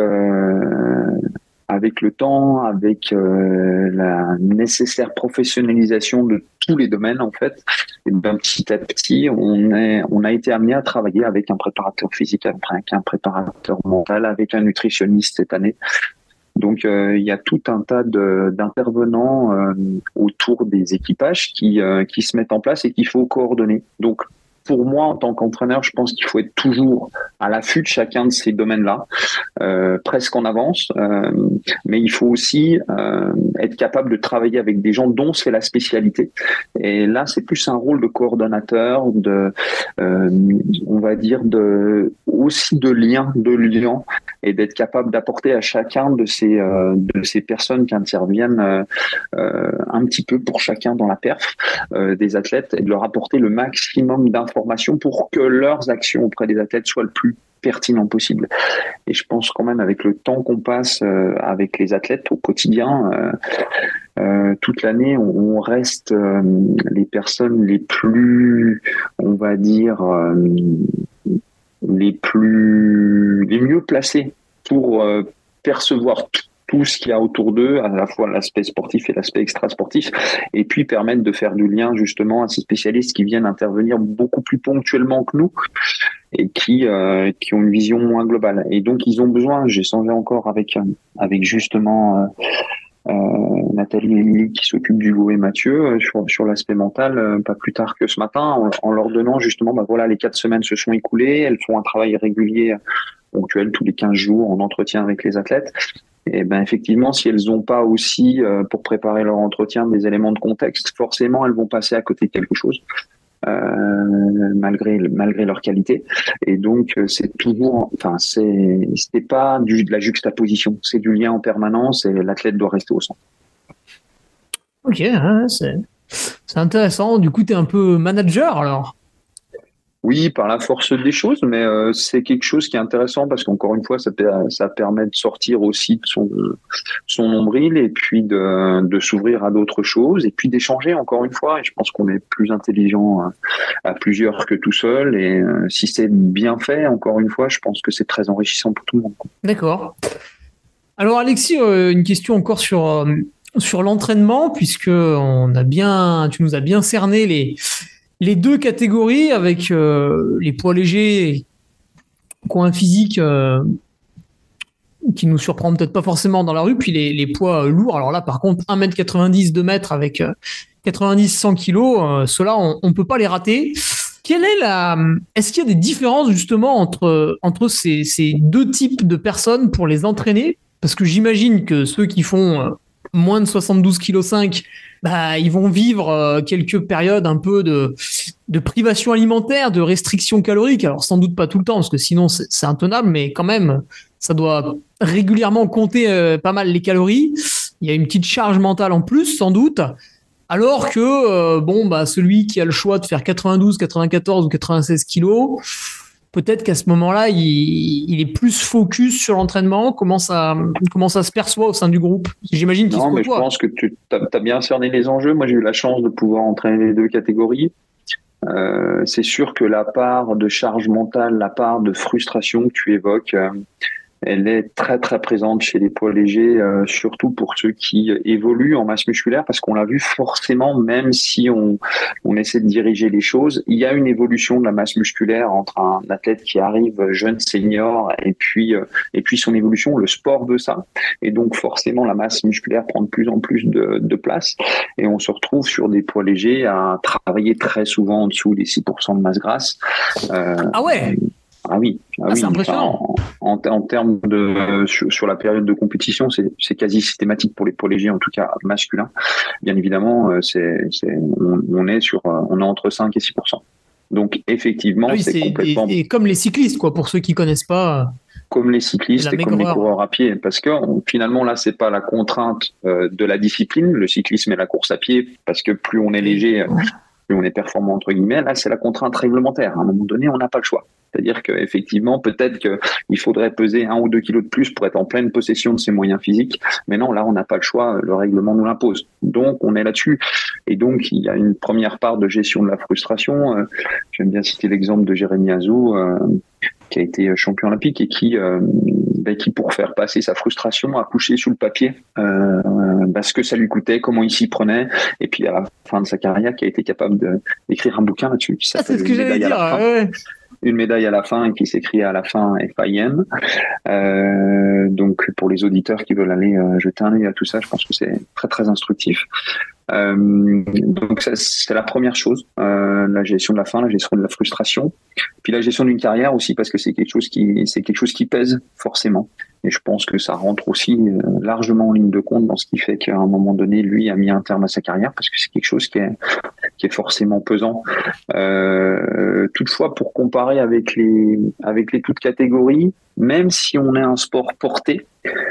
le temps, avec la nécessaire professionnalisation de tous les domaines, en fait, et petit à petit, on a été amené à travailler avec un préparateur physique, avec un préparateur mental, avec un nutritionniste cette année. Donc, il y a tout un tas d'intervenants autour des équipages qui se mettent en place et qu'il faut coordonner. Donc, pour moi, en tant qu'entraîneur, je pense qu'il faut être toujours à l'affût de chacun de ces domaines-là, presque en avance, mais il faut aussi être capable de travailler avec des gens dont c'est la spécialité. Et là, c'est plus un rôle de coordonnateur, on va dire aussi de lien et d'être capable d'apporter à chacun de ces personnes qui interviennent un petit peu pour chacun dans la perf des athlètes, et de leur apporter le maximum d'informations pour que leurs actions auprès des athlètes soient le plus pertinent possible. Et je pense quand même, avec le temps qu'on passe avec les athlètes au quotidien, toute l'année, on reste les personnes les plus, on va dire, les mieux placées pour percevoir tout ce qu'il y a autour d'eux, à la fois l'aspect sportif et l'aspect extra-sportif, et puis permettre de faire du lien justement à ces spécialistes qui viennent intervenir beaucoup plus ponctuellement que nous et qui ont une vision moins globale. Et donc ils ont besoin, j'ai échangé encore avec justement Nathalie et Lily qui s'occupent du Veau et Mathieu sur l'aspect mental, pas plus tard que ce matin, en leur donnant justement, voilà, les 4 semaines se sont écoulées, elles font un travail régulier, ponctuel, tous les 15 jours, en entretien avec les athlètes. Et ben effectivement, si elles n'ont pas aussi, pour préparer leur entretien, des éléments de contexte, forcément elles vont passer à côté de quelque chose, malgré leur qualité. Et donc c'est toujours, c'était pas de la juxtaposition, c'est du lien en permanence et l'athlète doit rester au centre. Ok, c'est intéressant. Du coup, tu es un peu manager alors? Oui, par la force des choses, mais c'est quelque chose qui est intéressant parce qu'encore une fois, ça permet de sortir aussi de son nombril et puis de s'ouvrir à d'autres choses et puis d'échanger encore une fois. Et je pense qu'on est plus intelligent à plusieurs que tout seul. Et si c'est bien fait, encore une fois, je pense que c'est très enrichissant pour tout le monde. D'accord. Alors Alexis, une question encore sur l'entraînement, puisque tu nous as bien cerné les 2 catégories avec les poids légers qui ont un physique qui nous surprend peut-être pas forcément dans la rue, puis les poids lourds. Alors là, par contre, 1m90, 2 mètres avec 90-100 kilos, ceux-là, on ne peut pas les rater. Est-ce qu'il y a des différences justement entre ces 2 types de personnes pour les entraîner? Parce que j'imagine que ceux qui font moins de 72,5 kg, ils vont vivre quelques périodes un peu de privation alimentaire, de restriction calorique. Alors sans doute pas tout le temps, parce que sinon c'est intenable, mais quand même, ça doit régulièrement compter pas mal les calories. Il y a une petite charge mentale en plus, sans doute. Alors que celui qui a le choix de faire 92, 94 ou 96 kilos, peut-être qu'à ce moment-là, il est plus focus sur l'entraînement. Comment ça se perçoit au sein du groupe? J'imagine qu'il se côtoie. Non, mais je pense que tu as bien cerné les enjeux. Moi, j'ai eu la chance de pouvoir entraîner les 2 catégories. C'est sûr que la part de charge mentale, la part de frustration que tu évoques, elle est très très présente chez les poids légers, surtout pour ceux qui évoluent en masse musculaire, parce qu'on l'a vu forcément, même si on essaie de diriger les choses, il y a une évolution de la masse musculaire entre un athlète qui arrive jeune senior et puis son évolution. Le sport veut ça, et donc forcément la masse musculaire prend de plus en plus de place, et on se retrouve sur des poids légers à travailler très souvent en dessous des 6% de masse grasse. Ah ouais. Ah oui, c'est impressionnant. En termes sur la période de compétition, c'est quasi systématique pour les poids légers, en tout cas masculins. Bien évidemment, on est entre 5 et 6%. Donc effectivement, c'est complètement. Et comme les cyclistes, quoi, pour ceux qui connaissent pas. Comme les cyclistes et comme les coureurs à pied, parce que finalement là, c'est pas la contrainte de la discipline, le cyclisme et la course à pied, parce que plus on est léger, plus on est performant entre guillemets. Là, c'est la contrainte réglementaire. À un moment donné, on n'a pas le choix. C'est-à-dire qu'effectivement, peut-être qu'il faudrait peser 1 ou 2 kilos de plus pour être en pleine possession de ses moyens physiques. Mais non, là, on n'a pas le choix. Le règlement nous l'impose. Donc, on est là-dessus. Et donc, il y a une première part de gestion de la frustration. J'aime bien citer l'exemple de Jérémy Azou, qui a été champion olympique et qui, pour faire passer sa frustration, a couché sous le papier ce que ça lui coûtait, comment il s'y prenait. Et puis, à la fin de sa carrière, qui a été capable d'écrire un bouquin là-dessus. C'est ce que j'allais dire. Une médaille à la fin qui s'écrit à la fin FIM. Donc pour les auditeurs qui veulent aller jeter un œil à tout ça, je pense que c'est très très instructif. Donc ça, c'est la première chose, la gestion de la faim, la gestion de la frustration, puis la gestion d'une carrière aussi, parce que c'est quelque chose qui pèse forcément. Et je pense que ça rentre aussi largement en ligne de compte dans ce qui fait qu'à un moment donné, lui a mis un terme à sa carrière, parce que c'est quelque chose qui est forcément pesant. Toutefois, pour comparer avec les toutes catégories, même si on est un sport porté,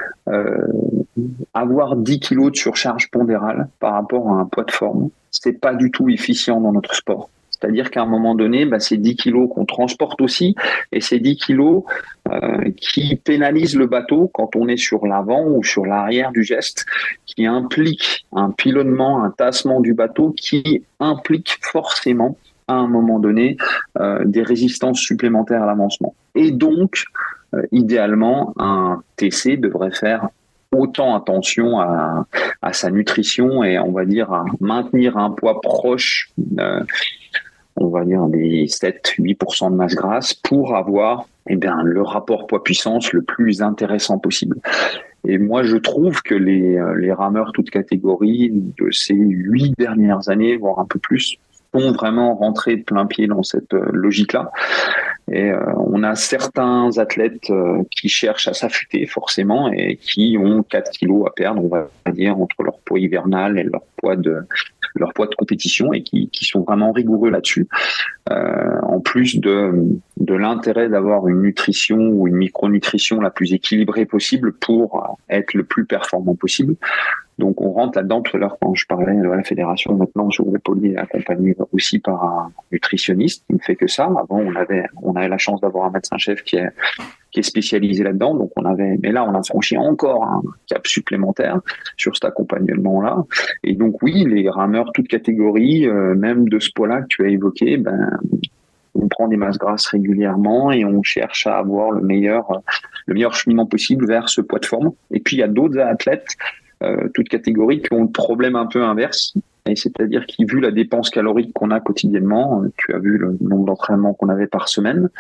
avoir 10 kilos de surcharge pondérale par rapport à un poids de forme, c'est pas du tout efficient dans notre sport. C'est-à-dire qu'à un moment donné, c'est 10 kilos qu'on transporte aussi, et c'est 10 kilos qui pénalisent le bateau quand on est sur l'avant ou sur l'arrière du geste, qui implique un pilonnement, un tassement du bateau, qui implique forcément, à un moment donné, des résistances supplémentaires à l'avancement. Et donc, idéalement, un TC devrait faire autant attention à sa nutrition et on va dire à maintenir un poids proche on va dire des 7-8% de masse grasse pour avoir le rapport poids-puissance le plus intéressant possible. Et moi, je trouve que les rameurs toutes catégories de ces 8 dernières années, voire un peu plus, sont vraiment rentrés de plein pied dans cette logique-là. Et on a certains athlètes qui cherchent à s'affûter forcément et qui ont 4 kilos à perdre, on va dire, entre leur poids hivernal et leur poids de compétition et qui sont vraiment rigoureux là-dessus. En plus de l'intérêt d'avoir une nutrition ou une micronutrition la plus équilibrée possible pour être le plus performant possible. Donc on rentre là-dedans. Tout à l'heure, quand je parlais de la fédération, maintenant je vais Poli est accompagné aussi par un nutritionniste qui ne fait que ça. Avant on avait la chance d'avoir un médecin-chef qui est spécialisé là-dedans. Donc mais là on a franchi encore un cap supplémentaire sur cet accompagnement-là. Et donc oui, les rameurs toutes catégories, même de ce poids-là que tu as évoqué, on prend des masses grasses régulièrement et on cherche à avoir le meilleur cheminement possible vers ce poids de forme. Et puis il y a d'autres athlètes toutes catégories qui ont le problème un peu inverse, et c'est-à-dire qui, vu la dépense calorique qu'on a quotidiennement, tu as vu le nombre d'entraînements qu'on avait par semaine,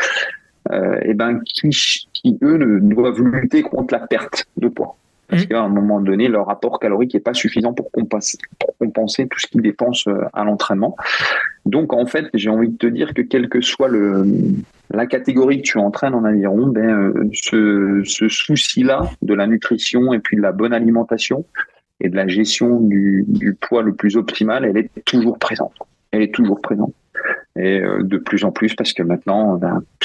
qui eux doivent lutter contre la perte de poids. Parce qu'à un moment donné, leur rapport calorique n'est pas suffisant pour compenser tout ce qu'ils dépensent à l'entraînement. Donc, en fait, j'ai envie de te dire que quelle que soit la catégorie que tu entraînes en aviron, ce souci-là de la nutrition et puis de la bonne alimentation et de la gestion du poids le plus optimal, elle est toujours présente. Elle est toujours présente. Et de plus en plus, parce que maintenant,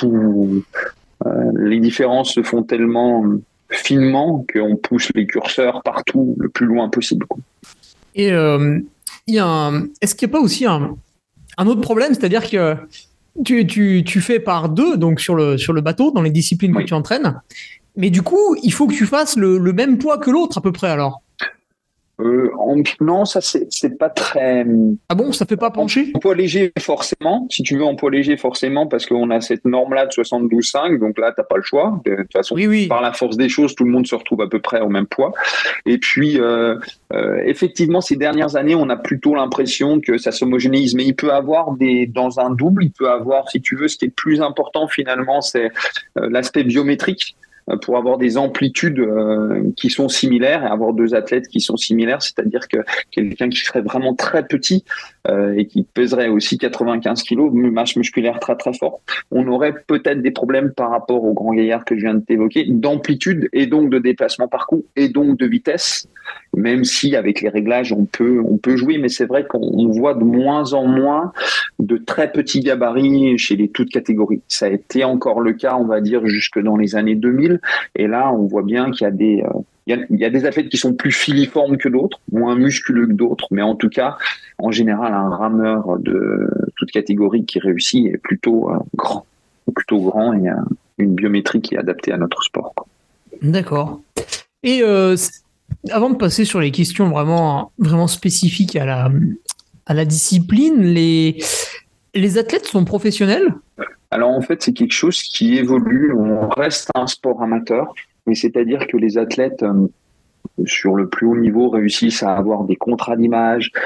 les différences se font tellement finement qu'on pousse les curseurs partout le plus loin possible. Et est-ce qu'il n'y a pas aussi un autre problème, c'est-à-dire que tu fais par 2 donc sur le bateau dans les disciplines que tu entraînes, mais du coup il faut que tu fasses le même poids que l'autre à peu près alors. Non, ça c'est pas très. Ah bon, ça fait pas pencher? En poids léger forcément, si tu veux en poids léger forcément, parce qu'on a cette norme-là de 72,5, donc là t'as pas le choix. De toute façon, oui. Par la force des choses, tout le monde se retrouve à peu près au même poids. Et puis effectivement, ces dernières années, on a plutôt l'impression que ça s'homogénéise, mais il peut avoir dans un double, il peut avoir, si tu veux, ce qui est le plus important finalement, c'est l'aspect biométrique. Pour avoir des amplitudes qui sont similaires et avoir 2 athlètes qui sont similaires, c'est-à-dire que quelqu'un qui serait vraiment très petit et qui pèserait aussi 95 kilos, masse musculaire très très forte, on aurait peut-être des problèmes par rapport au grand gaillard que je viens de t'évoquer, d'amplitude et donc de déplacement par coup et donc de vitesse, même si avec les réglages on peut jouer, mais c'est vrai qu'on voit de moins en moins de très petits gabarits chez les toutes catégories. Ça a été encore le cas, on va dire, jusque dans les années 2000. Et là, on voit bien qu'il y a des athlètes qui sont plus filiformes que d'autres, moins musculeux que d'autres, mais en tout cas, en général, un rameur de toute catégorie qui réussit est plutôt grand et a une biométrie qui est adaptée à notre sport. D'accord. Et avant de passer sur les questions vraiment, vraiment spécifiques à la discipline, les athlètes sont professionnels ? Alors en fait, c'est quelque chose qui évolue. On reste un sport amateur, mais c'est-à-dire que les athlètes sur le plus haut niveau réussissent à avoir des contrats d'image,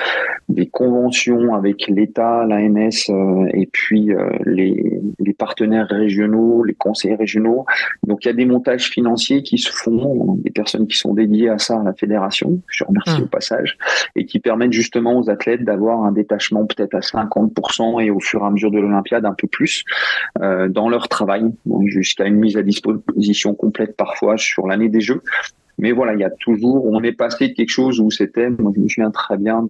des conventions avec l'État, l'ANS et puis les partenaires régionaux, les conseils régionaux. Donc il y a des montages financiers qui se font, des personnes qui sont dédiées à ça à la fédération, je remercie au passage, et qui permettent justement aux athlètes d'avoir un détachement peut-être à 50% et au fur et à mesure de l'Olympiade un peu plus dans leur travail, jusqu'à une mise à disposition complète parfois sur l'année des Jeux. Mais voilà, il y a toujours, on est passé de quelque chose où c'était, moi je me souviens très bien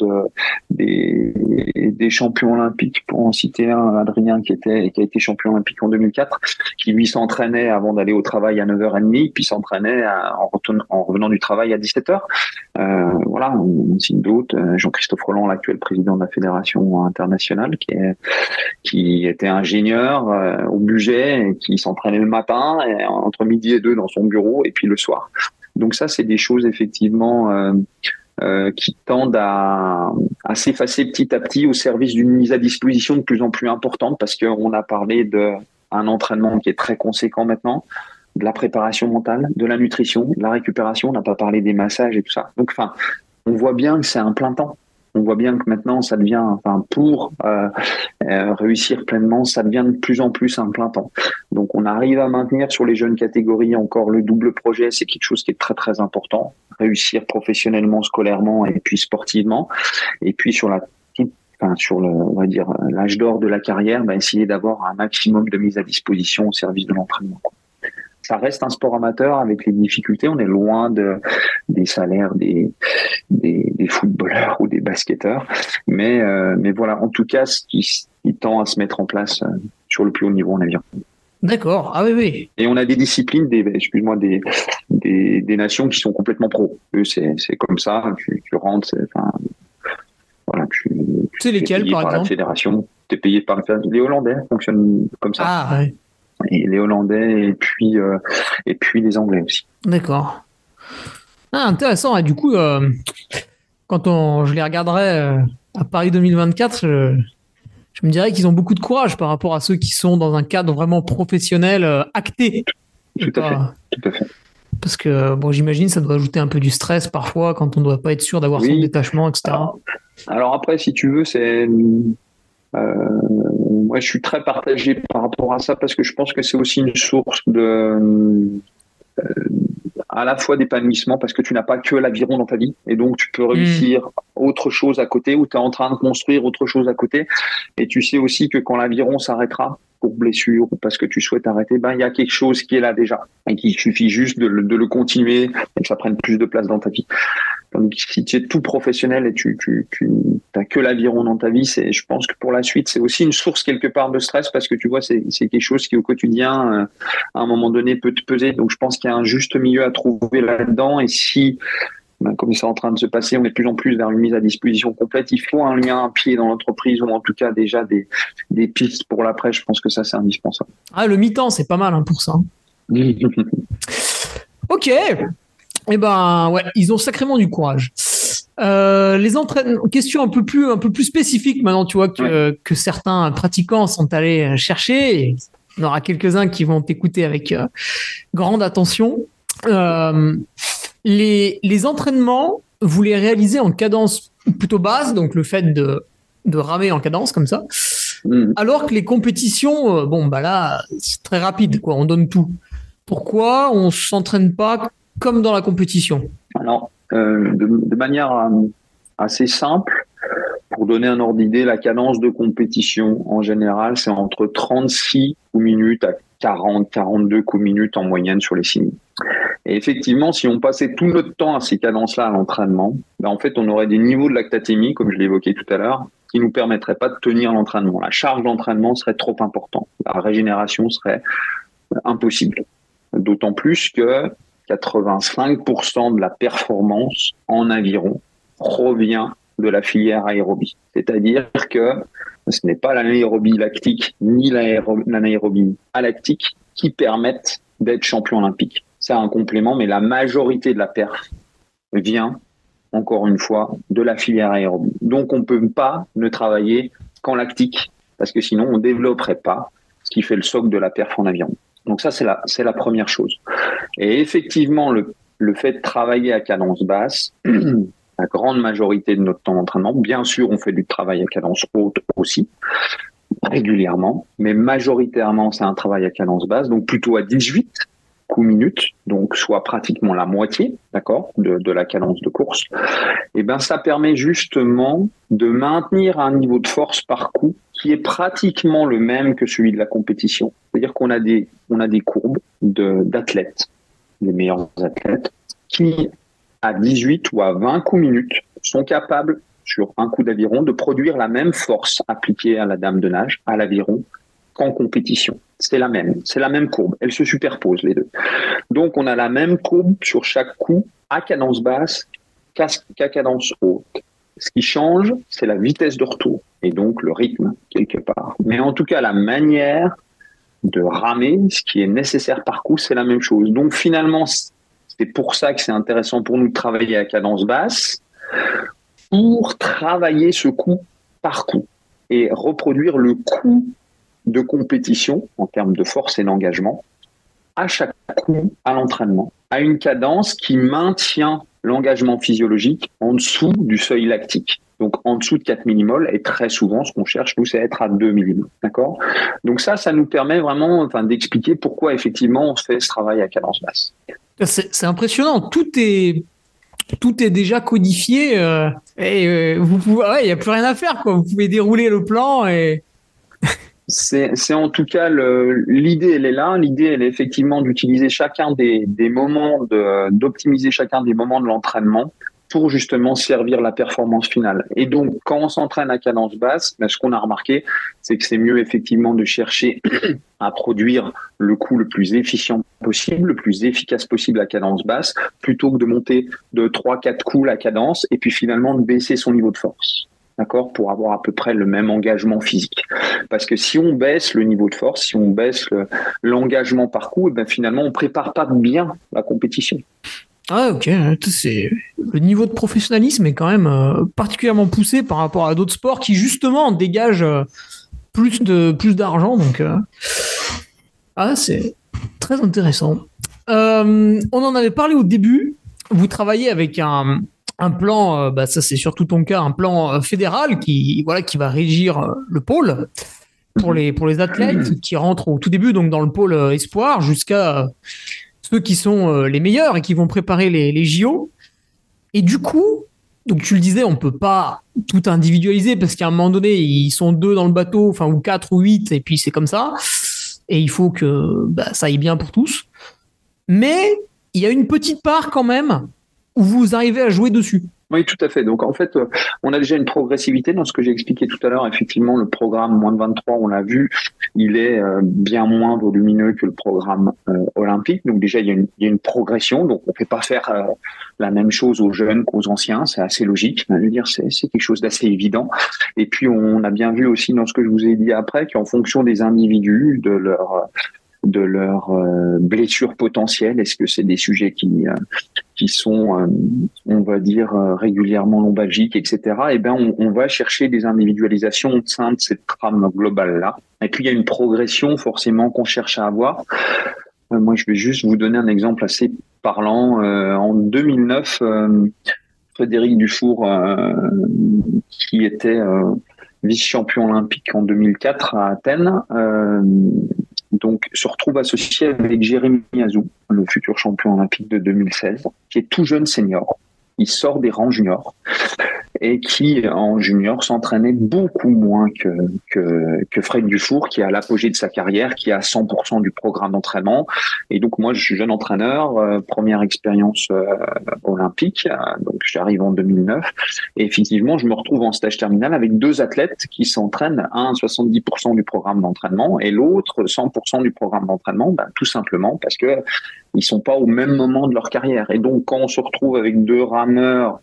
des champions olympiques, pour en citer un, Adrien qui a été champion olympique en 2004, qui lui s'entraînait avant d'aller au travail à 9h30, puis s'entraînait en revenant du travail à 17h. Voilà, on cite d'autres, Jean-Christophe Rolland, l'actuel président de la fédération internationale, qui était ingénieur au budget, et qui s'entraînait le matin, et entre midi et 2 dans son bureau, et puis le soir. Donc ça, c'est des choses effectivement qui tendent à s'effacer petit à petit au service d'une mise à disposition de plus en plus importante, parce qu'on a parlé d'un entraînement qui est très conséquent maintenant, de la préparation mentale, de la nutrition, de la récupération. On n'a pas parlé des massages et tout ça. Donc, on voit bien que c'est un plein temps. On voit bien que maintenant, ça devient, pour réussir pleinement, ça devient de plus en plus un plein temps. Donc, on arrive à maintenir sur les jeunes catégories encore le double projet. C'est quelque chose qui est très, très important. Réussir professionnellement, scolairement et puis sportivement. Et puis, sur on va dire, l'âge d'or de la carrière, essayer d'avoir un maximum de mise à disposition au service de l'entraînement. Ça reste un sport amateur avec les difficultés. On est loin des salaires des footballeurs ou des basketteurs. Mais voilà, en tout cas, ce qui tend à se mettre en place sur le plus haut niveau en aviron. D'accord. Ah oui. Et on a des disciplines, des nations qui sont complètement pro. Eux, c'est comme ça. Tu rentres, voilà, c'est lesquels, par exemple? La fédération. Tu es payé par les Hollandais fonctionnent comme ça. Ah oui. Et les Hollandais et puis les Anglais aussi. D'accord. Ah, intéressant. Et du coup, quand je les regarderai à Paris 2024, je me dirais qu'ils ont beaucoup de courage par rapport à ceux qui sont dans un cadre vraiment professionnel acté. Tout à fait. Parce que j'imagine ça doit ajouter un peu du stress parfois quand on ne doit pas être sûr d'avoir son détachement, etc. Alors après, si tu veux, c'est moi, je suis très partagé par rapport à ça parce que je pense que c'est aussi une source à la fois d'épanouissement parce que tu n'as pas que l'aviron dans ta vie et donc tu peux réussir autre chose à côté ou tu es en train de construire autre chose à côté et tu sais aussi que quand l'aviron s'arrêtera pour blessure ou parce que tu souhaites arrêter, il y a quelque chose qui est là déjà et qu'il suffit juste de le continuer et que ça prenne plus de place dans ta vie. Tandis que si tu es tout professionnel et tu n'as que l'aviron dans ta vie, je pense que pour la suite, c'est aussi une source quelque part de stress parce que tu vois, c'est quelque chose qui au quotidien, à un moment donné, peut te peser. Donc je pense qu'il y a un juste milieu à trouver là-dedans et si, comme c'est en train de se passer, on est de plus en plus vers une mise à disposition complète, il faut un lien, un pied dans l'entreprise ou en tout cas déjà des pistes pour l'après. Je pense que ça, c'est indispensable. Ah, le mi-temps, c'est pas mal pour ça. Ok. Eh ils ont sacrément du courage. Les entraînements, question un peu plus spécifique maintenant, tu vois, que certains pratiquants sont allés chercher. Et il y en aura quelques-uns qui vont t'écouter avec grande attention. Les entraînements, vous les réalisez en cadence plutôt basse, donc le fait de ramer en cadence comme ça. Alors que les compétitions, là, c'est très rapide, quoi. On donne tout. Pourquoi on s'entraîne pas comme dans la compétition? Alors, de manière assez simple, pour donner un ordre d'idée, la cadence de compétition, en général, c'est entre 36 coups minutes à 42 coups minutes en moyenne sur les 6 minutes. Et effectivement, si on passait tout notre temps à ces cadences-là à l'entraînement, en fait, on aurait des niveaux de lactatémie, comme je l'évoquais tout à l'heure, qui nous permettraient pas de tenir l'entraînement. La charge d'entraînement serait trop importante. La régénération serait impossible. D'autant plus que 85% de la performance en aviron provient de la filière aérobie. C'est-à-dire que ce n'est pas l'anaérobie lactique ni l'anaérobie alactique qui permettent d'être champion olympique. C'est un complément, mais la majorité de la perf vient, encore une fois, de la filière aérobie. Donc, on ne peut pas ne travailler qu'en lactique, parce que sinon, on ne développerait pas ce qui fait le socle de la perf en aviron. Donc ça, c'est la première chose. Et effectivement, le fait de travailler à cadence basse la grande majorité de notre temps d'entraînement. Bien sûr, on fait du travail à cadence haute aussi, régulièrement, mais majoritairement, c'est un travail à cadence basse, donc plutôt à 18 coups minutes, donc soit pratiquement la moitié, d'accord, de la cadence de course. Et ben, ça permet justement de maintenir un niveau de force par coup qui est pratiquement le même que celui de la compétition. C'est-à-dire qu'on a des courbes d'athlètes, les meilleurs athlètes, qui à 18 ou à 20 coups minutes sont capables sur un coup d'aviron de produire la même force appliquée à la dame de nage, à l'aviron, qu'en compétition. C'est la même courbe. Elles se superposent les deux. Donc on a la même courbe sur chaque coup à cadence basse qu'à cadence haute. Ce qui change, c'est la vitesse de retour et donc le rythme quelque part. Mais en tout cas, la manière de ramer, ce qui est nécessaire par coup, c'est la même chose. Donc finalement, c'est pour ça que c'est intéressant pour nous de travailler à cadence basse, pour travailler ce coup par coup et reproduire le coup de compétition en termes de force et d'engagement à chaque coup à l'entraînement, à une cadence qui maintient l'engagement physiologique en dessous du seuil lactique. Donc en dessous de 4 millimoles, et très souvent ce qu'on cherche nous c'est être à 2 millimoles, d'accord ? Donc ça nous permet vraiment d'expliquer pourquoi effectivement on fait ce travail à cadence basse. C'est impressionnant, tout est déjà codifié vous pouvez, il n'y a plus rien à faire quoi. Vous pouvez dérouler le plan et c'est en tout cas l'idée, elle est là. L'idée, elle est effectivement d'utiliser chacun des moments d'optimiser chacun des moments de l'entraînement pour justement servir la performance finale. Et donc, quand on s'entraîne à cadence basse, ce qu'on a remarqué, c'est que c'est mieux effectivement de chercher à produire le coup le plus efficient possible, le plus efficace possible à cadence basse, plutôt que de monter de 3-4 coups la cadence et puis finalement de baisser son niveau de force. D'accord, pour avoir à peu près le même engagement physique. Parce que si on baisse le niveau de force, si on baisse l'engagement par coup, et ben finalement on prépare pas bien la compétition. Ah ok, le niveau de professionnalisme est quand même particulièrement poussé par rapport à d'autres sports qui justement dégagent plus d'argent. Donc c'est très intéressant. On en avait parlé au début. Vous travaillez avec un plan, ça c'est surtout ton cas, un plan fédéral qui va régir le pôle pour les athlètes qui rentrent au tout début donc dans le pôle espoir jusqu'à ceux qui sont les meilleurs et qui vont préparer les JO. Et du coup, donc tu le disais, on peut pas tout individualiser parce qu'à un moment donné, ils sont 2 dans le bateau, ou 4 ou 8, et puis c'est comme ça. Et il faut que ça aille bien pour tous. Mais il y a une petite part quand même où vous arrivez à jouer dessus. Oui, tout à fait. Donc, en fait, on a déjà une progressivité dans ce que j'ai expliqué tout à l'heure. Effectivement, le programme moins de 23, on l'a vu, il est bien moins volumineux que le programme olympique. Donc, déjà, il y a une progression. Donc, on ne fait pas faire la même chose aux jeunes qu'aux anciens. C'est assez logique. Je veux dire, c'est quelque chose d'assez évident. Et puis, on a bien vu aussi dans ce que je vous ai dit après qu'en fonction des individus, de leur blessures potentielles, est-ce que c'est des sujets qui sont, on va dire, régulièrement lombalgiques, etc. Eh ben, on va chercher des individualisations au sein de cette trame globale-là. Et puis, il y a une progression forcément qu'on cherche à avoir. Moi, je vais juste vous donner un exemple assez parlant. En 2009, Frédéric Dufour, qui était vice-champion olympique en 2004 à Athènes, donc se retrouve associé avec Jérémy Azou, le futur champion olympique de 2016, qui est tout jeune senior. Il sort des rangs juniors et qui, en junior, s'entraînait beaucoup moins que Fred Dufour, qui est à l'apogée de sa carrière, qui a 100% du programme d'entraînement. Et donc, moi, je suis jeune entraîneur, première expérience olympique, donc j'arrive en 2009. Et effectivement, je me retrouve en stage terminal avec 2 athlètes qui s'entraînent, un 70% du programme d'entraînement et l'autre 100% du programme d'entraînement, tout simplement parce que ils sont pas au même moment de leur carrière. Et donc, quand on se retrouve avec 2 rameurs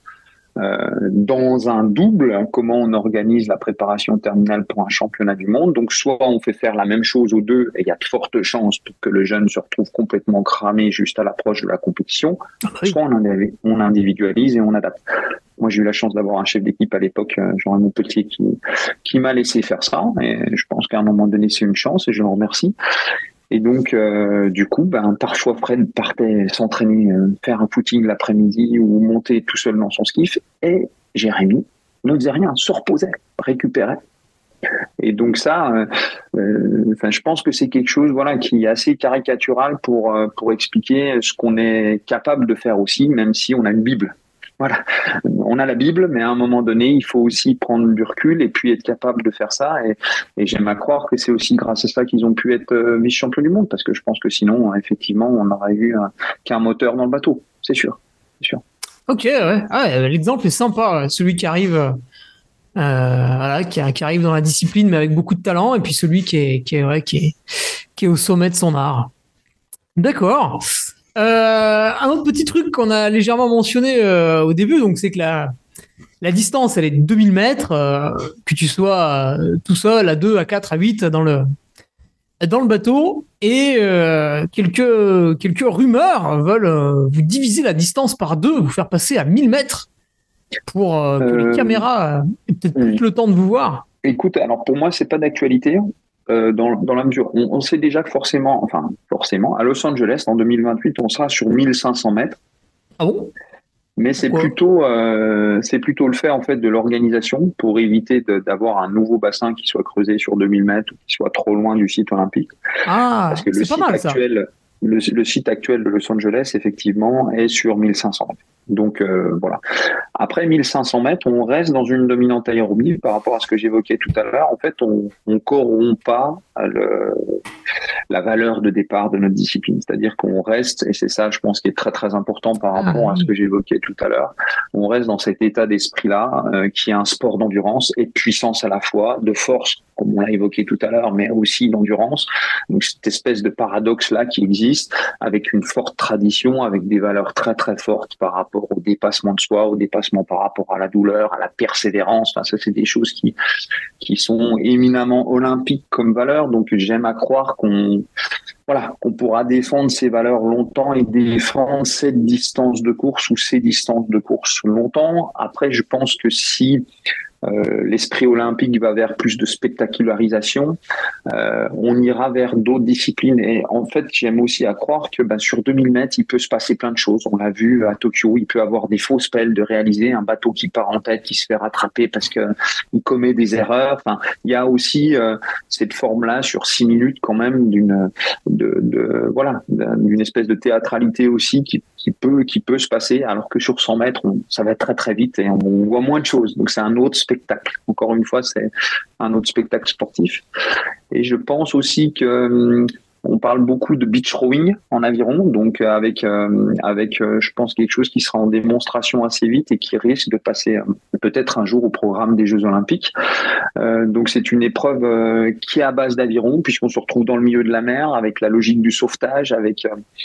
dans un double, comment on organise la préparation terminale pour un championnat du monde. Donc, soit on fait faire la même chose aux 2, et il y a de fortes chances pour que le jeune se retrouve complètement cramé juste à l'approche de la compétition, soit on individualise et on adapte. Moi, j'ai eu la chance d'avoir un chef d'équipe à l'époque, Jean Montpellier, qui m'a laissé faire ça. Et je pense qu'à un moment donné, c'est une chance et je le remercie. Et donc, du coup, parfois Fred partait s'entraîner, faire un footing l'après-midi ou monter tout seul dans son skiff. Et Jérémy ne faisait rien, se reposait, récupérait. Et donc ça, je pense que c'est quelque chose, voilà, qui est assez caricatural pour expliquer ce qu'on est capable de faire aussi, même si on a une Bible. Voilà, on a la Bible, mais à un moment donné, il faut aussi prendre du recul et puis être capable de faire ça. Et j'aime à croire que c'est aussi grâce à ça qu'ils ont pu être vice-champions du monde, parce que je pense que sinon, effectivement, on n'aurait eu qu'un moteur dans le bateau, c'est sûr. Ok, ouais. L'exemple est sympa, celui qui arrive. Voilà, qui arrive dans la discipline mais avec beaucoup de talent, et puis celui qui est au sommet de son art. D'accord. Un autre petit truc qu'on a légèrement mentionné au début, donc c'est que la distance, elle est de 2000 mètres, que tu sois tout seul, à 2, à 4, à 8 dans le bateau, et quelques rumeurs veulent vous diviser la distance par 2, vous faire passer à 1000 mètres pour que les caméras aient peut-être plus le temps de vous voir. Écoute, alors pour moi, c'est pas d'actualité. Dans la mesure, on sait déjà que forcément, à Los Angeles, en 2028, on sera sur 1500 mètres. Ah bon? Mais c'est plutôt le fait en fait de l'organisation pour éviter d'avoir un nouveau bassin qui soit creusé sur 2000 mètres ou qui soit trop loin du site olympique. Ah, parce que c'est pas mal ça. Le site actuel de Los Angeles, effectivement, est sur 1500 mètres. Donc voilà. Après 1500 mètres, on reste dans une dominante aérobie par rapport à ce que j'évoquais tout à l'heure. En fait, on corrompt pas la valeur de départ de notre discipline. C'est-à-dire qu'on reste, et c'est ça, je pense, qui est très très important par rapport à ce que j'évoquais tout à l'heure, on reste dans cet état d'esprit-là, qui est un sport d'endurance et de puissance à la fois, de force, comme on l'a évoqué tout à l'heure, mais aussi d'endurance. Donc cette espèce de paradoxe-là qui existe, avec une forte tradition, avec des valeurs très très fortes par rapport au dépassement de soi, au dépassement par rapport à la douleur, à la persévérance. Enfin, ça, c'est des choses qui sont éminemment olympiques comme valeurs. Donc j'aime à croire qu'on pourra défendre ces valeurs longtemps et défendre cette distance de course ou ces distances de course longtemps. Après, je pense que si l'esprit olympique va vers plus de spectacularisation, on ira vers d'autres disciplines. Et en fait, j'aime aussi à croire que sur 2000 mètres, il peut se passer plein de choses. On l'a vu à Tokyo, il peut avoir des fausses pelles de réaliser un bateau qui part en tête, qui se fait rattraper parce que il commet des erreurs. Enfin, il y a aussi cette forme-là sur 6 minutes quand même d'une espèce de théâtralité aussi qui peut se passer, alors que sur 100 mètres, ça va très très vite et on voit moins de choses. Donc c'est un autre spectacle. Encore une fois, c'est un autre spectacle sportif. Et je pense aussi que on parle beaucoup de beach rowing en aviron, donc avec je pense quelque chose qui sera en démonstration assez vite et qui risque de passer peut-être un jour au programme des Jeux Olympiques. Donc c'est une épreuve qui est à base d'aviron, puisqu'on se retrouve dans le milieu de la mer avec la logique du sauvetage, avec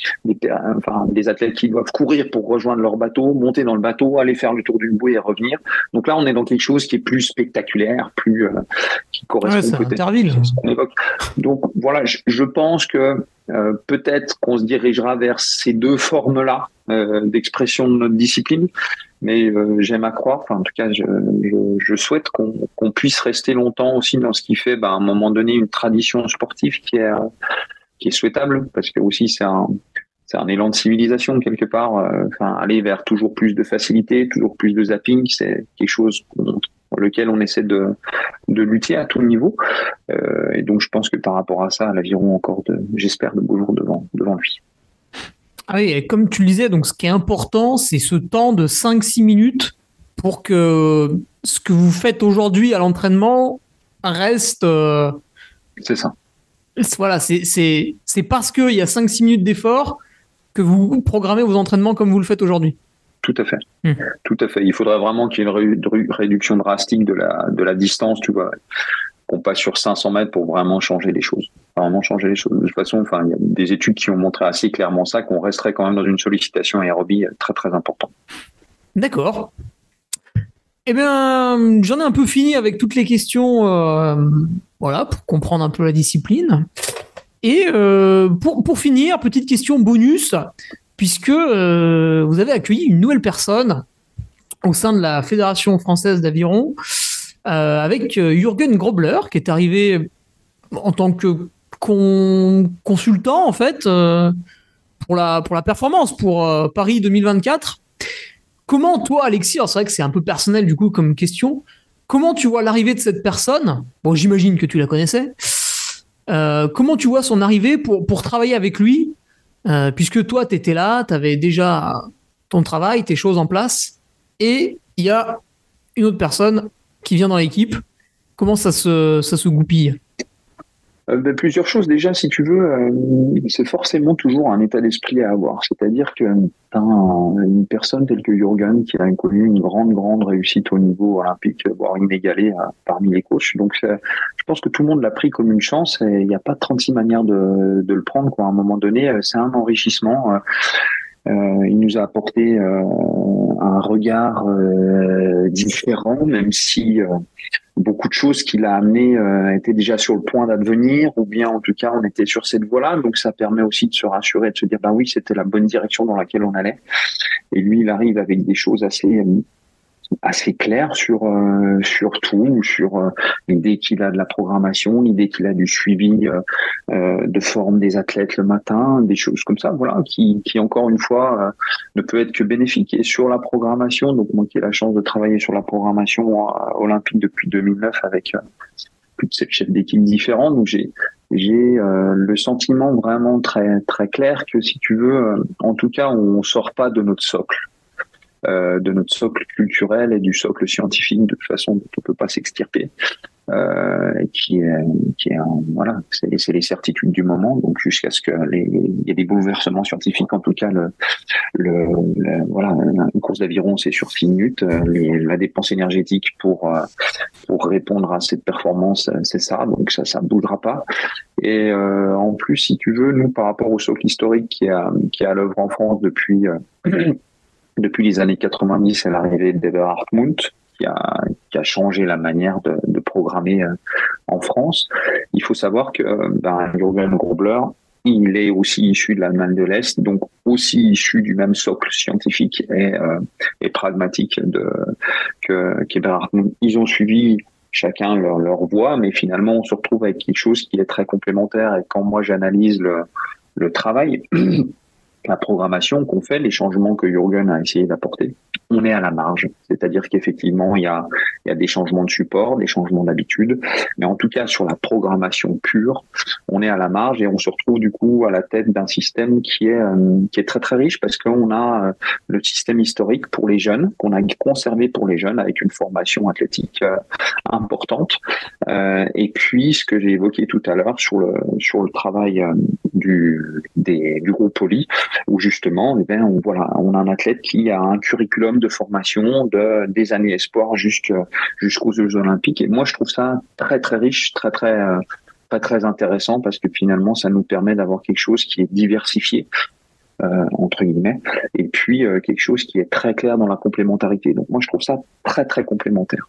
des athlètes qui doivent courir pour rejoindre leur bateau, monter dans le bateau, aller faire le tour d'une bouée et revenir. Donc là, on est dans quelque chose qui est plus spectaculaire, qui correspond peut-être à ce qu'on évoque. Donc voilà, je pense que peut-être qu'on se dirigera vers ces deux formes-là d'expression de notre discipline, mais j'aime à croire, en tout cas je souhaite qu'on puisse rester longtemps aussi dans ce qui fait à un moment donné une tradition sportive qui est souhaitable, parce que aussi c'est un élan de civilisation quelque part. Aller vers toujours plus de facilité, toujours plus de zapping, c'est quelque chose pour lequel on essaie de lutter à tout niveau. Et donc je pense que par rapport à ça, l'aviron encore j'espère de beaux jours devant lui. Ah oui, et comme tu le disais, donc ce qui est important, c'est ce temps de 5-6 minutes pour que ce que vous faites aujourd'hui à l'entraînement reste... C'est ça. Voilà, c'est parce qu'il y a 5-6 minutes d'effort que vous programmez vos entraînements comme vous le faites aujourd'hui. Tout à fait. Tout à fait. Il faudrait vraiment qu'il y ait une réduction drastique de la distance, tu vois, qu'on passe sur 500 mètres pour vraiment changer les choses. Vraiment changer les choses. De toute façon, il y a des études qui ont montré assez clairement ça, qu'on resterait quand même dans une sollicitation aérobie très très importante. D'accord. Eh bien, j'en ai un peu fini avec toutes les questions, pour comprendre un peu la discipline. Et pour finir, petite question bonus, puisque vous avez accueilli une nouvelle personne au sein de la Fédération française d'aviron, avec Jürgen Grobler, qui est arrivé en tant que consultant en fait pour la performance pour Paris 2024. Comment toi, Alexis, alors c'est vrai que c'est un peu personnel du coup comme question, comment tu vois l'arrivée de cette personne? Bon, j'imagine que tu la connaissais. Comment tu vois son arrivée pour travailler avec lui, puisque toi, tu étais là, tu avais déjà ton travail, tes choses en place, et il y a une autre personne qui vient dans l'équipe. Comment ça se goupille? Plusieurs choses. Déjà, si tu veux, c'est forcément toujours un état d'esprit à avoir. C'est-à-dire que une personne telle que Jürgen qui a connu une grande réussite au niveau olympique, voire inégalée parmi les coachs. Donc, je pense que tout le monde l'a pris comme une chance et il n'y a pas 36 manières de le prendre, quoi. À un moment donné, c'est un enrichissement. Il nous a apporté un regard différent, même si beaucoup de choses qu'il a amenées étaient déjà sur le point d'advenir, ou bien en tout cas on était sur cette voie-là. Donc ça permet aussi de se rassurer, de se dire bah oui, c'était la bonne direction dans laquelle on allait. Et lui, il arrive avec des choses assez clair sur tout, sur l'idée qu'il a de la programmation, l'idée qu'il a du suivi de forme des athlètes le matin, des choses comme ça, voilà, qui encore une fois ne peut être que bénéfique. Et sur la programmation, donc moi qui ai la chance de travailler sur la programmation olympique depuis 2009 avec plus de 7 chefs d'équipe différents, donc j'ai le sentiment vraiment très clair que si tu veux, en tout cas, on sort pas de notre socle culturel et du socle scientifique de toute façon dont on peut pas s'extirper, et qui est voilà, c'est les certitudes du moment, donc jusqu'à ce que il y ait des bouleversements scientifiques. En tout cas, voilà, une course d'aviron c'est sur 6 minutes, la dépense énergétique pour répondre à cette performance, c'est ça, donc ça bougera pas. Et en plus, si tu veux, nous par rapport au socle historique qui est à l'œuvre en France depuis les années 90 et l'arrivée d'Eberhard Mundt, qui a changé la manière de programmer en France. Il faut savoir que Jürgen Grobler, il est aussi issu de l'Allemagne de l'Est, donc aussi issu du même socle scientifique et pragmatique qu'Eberhard Mundt. Ils ont suivi chacun leur voie, mais finalement on se retrouve avec quelque chose qui est très complémentaire. Et quand moi j'analyse le travail, la programmation qu'on fait, les changements que Jürgen a essayé d'apporter, on est à la marge. C'est-à-dire qu'effectivement, il y a des changements de support, des changements d'habitude, mais en tout cas, sur la programmation pure, on est à la marge et on se retrouve du coup à la tête d'un système qui est très très riche parce qu'on a le système historique pour les jeunes, qu'on a conservé pour les jeunes avec une formation athlétique importante. Et puis, ce que j'ai évoqué tout à l'heure sur le travail du groupe Poly, où justement, on a un athlète qui a un curriculum de formation des années espoirs jusqu'aux Jeux Olympiques. Et moi, je trouve ça très très riche, très intéressant parce que finalement, ça nous permet d'avoir quelque chose qui est diversifié, entre guillemets, et puis quelque chose qui est très clair dans la complémentarité. Donc moi, je trouve ça très très complémentaire.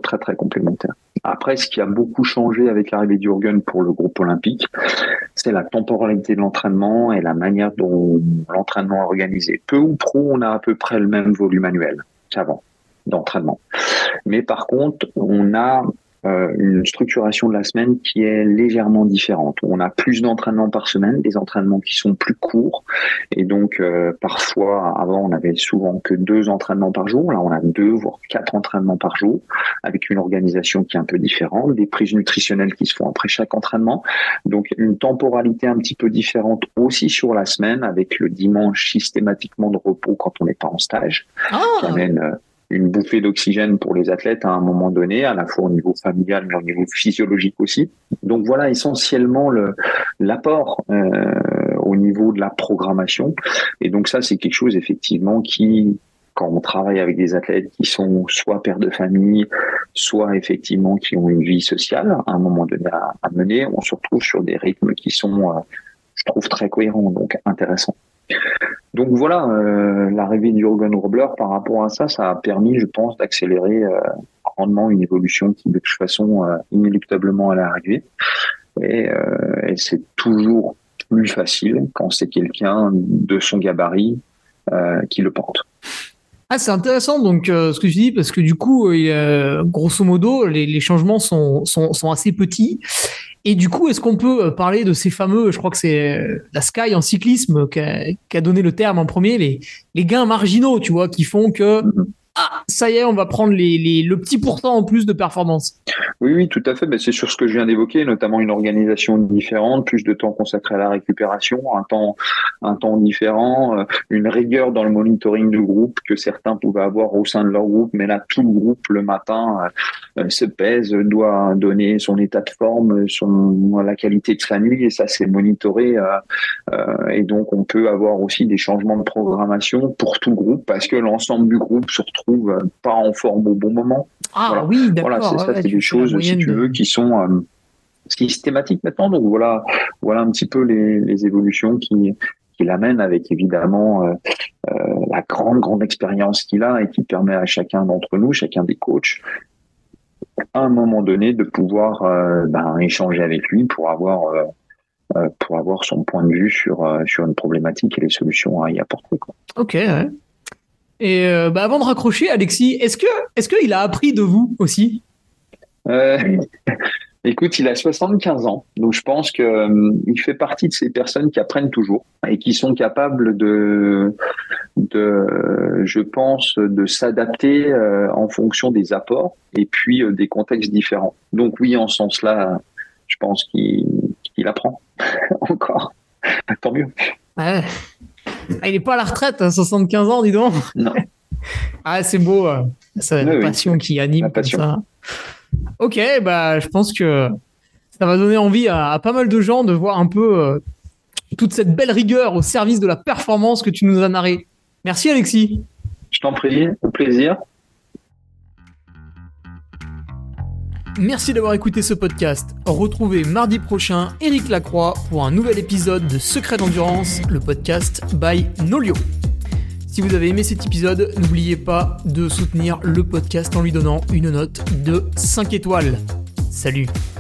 Après, ce qui a beaucoup changé avec l'arrivée d'Jürgen pour le groupe olympique, c'est la temporalité de l'entraînement et la manière dont l'entraînement est organisé. Peu ou prou, on a à peu près le même volume annuel qu'avant d'entraînement. Mais par contre, on a une structuration de la semaine qui est légèrement différente. On a plus d'entraînements par semaine, des entraînements qui sont plus courts. Et donc, parfois, avant, on avait souvent que 2 entraînements par jour. Là, on a 2, voire 4 entraînements par jour, avec une organisation qui est un peu différente, des prises nutritionnelles qui se font après chaque entraînement. Donc, une temporalité un petit peu différente aussi sur la semaine, avec le dimanche systématiquement de repos quand on n'est pas en stage, qui amène une bouffée d'oxygène pour les athlètes à un moment donné, à la fois au niveau familial mais au niveau physiologique aussi. Donc voilà essentiellement l'apport au niveau de la programmation. Et donc ça, c'est quelque chose effectivement qui, quand on travaille avec des athlètes qui sont soit pères de famille, soit effectivement qui ont une vie sociale à un moment donné à mener, on se retrouve sur des rythmes qui sont, je trouve, très cohérents, donc intéressants. Donc voilà, l'arrivée de Jürgen Grobler par rapport à ça a permis, je pense, d'accélérer grandement une évolution qui, de toute façon, inéluctablement allait arriver. Et c'est toujours plus facile quand c'est quelqu'un de son gabarit qui le porte. Ah, c'est intéressant donc ce que tu dis parce que du coup, grosso modo, les changements sont assez petits. Et du coup, est-ce qu'on peut parler de ces fameux, je crois que c'est la Sky en cyclisme qui a donné le terme en premier, les gains marginaux, tu vois, qui font que ça y est, on va prendre le petit pourcent en plus de performance. Oui, oui, tout à fait. Ben, c'est sur ce que je viens d'évoquer, notamment une organisation différente, plus de temps consacré à la récupération, un temps différent, une rigueur dans le monitoring du groupe que certains pouvaient avoir au sein de leur groupe, mais là, tout le groupe le matin se pèse, doit donner son état de forme, la qualité de sa nuit, et ça, c'est monitoré. Et donc, on peut avoir aussi des changements de programmation pour tout le groupe parce que l'ensemble du groupe se retrouve pas en forme au bon moment. Ah voilà. Oui, d'accord. Voilà, c'est ça, c'est des choses, si tu veux, qui sont systématiques maintenant. Donc voilà un petit peu les évolutions qui l'amènent avec évidemment la grande expérience qu'il a et qui permet à chacun d'entre nous, chacun des coachs, à un moment donné, de pouvoir échanger avec lui pour avoir son point de vue sur une problématique et les solutions à y apporter, quoi. Ok, ouais. Et avant de raccrocher, Alexis, est-ce qu'il a appris de vous aussi? Écoute, il a 75 ans, donc je pense que il fait partie de ces personnes qui apprennent toujours et qui sont capables je pense, de s'adapter en fonction des apports et puis des contextes différents. Donc oui, en ce sens-là, je pense qu'il apprend encore. Tant mieux. Ouais. Il n'est pas à la retraite à 75 ans, dis donc. Non. Ah, c'est beau. C'est la passion qui anime comme ça. Ok, je pense que ça va donner envie à pas mal de gens de voir un peu toute cette belle rigueur au service de la performance que tu nous as narrée. Merci Alexis. Je t'en prie, au plaisir. Merci d'avoir écouté ce podcast. Retrouvez mardi prochain Éric Lacroix pour un nouvel épisode de Secret d'Endurance, le podcast by Nolio. Si vous avez aimé cet épisode, n'oubliez pas de soutenir le podcast en lui donnant une note de 5 étoiles. Salut!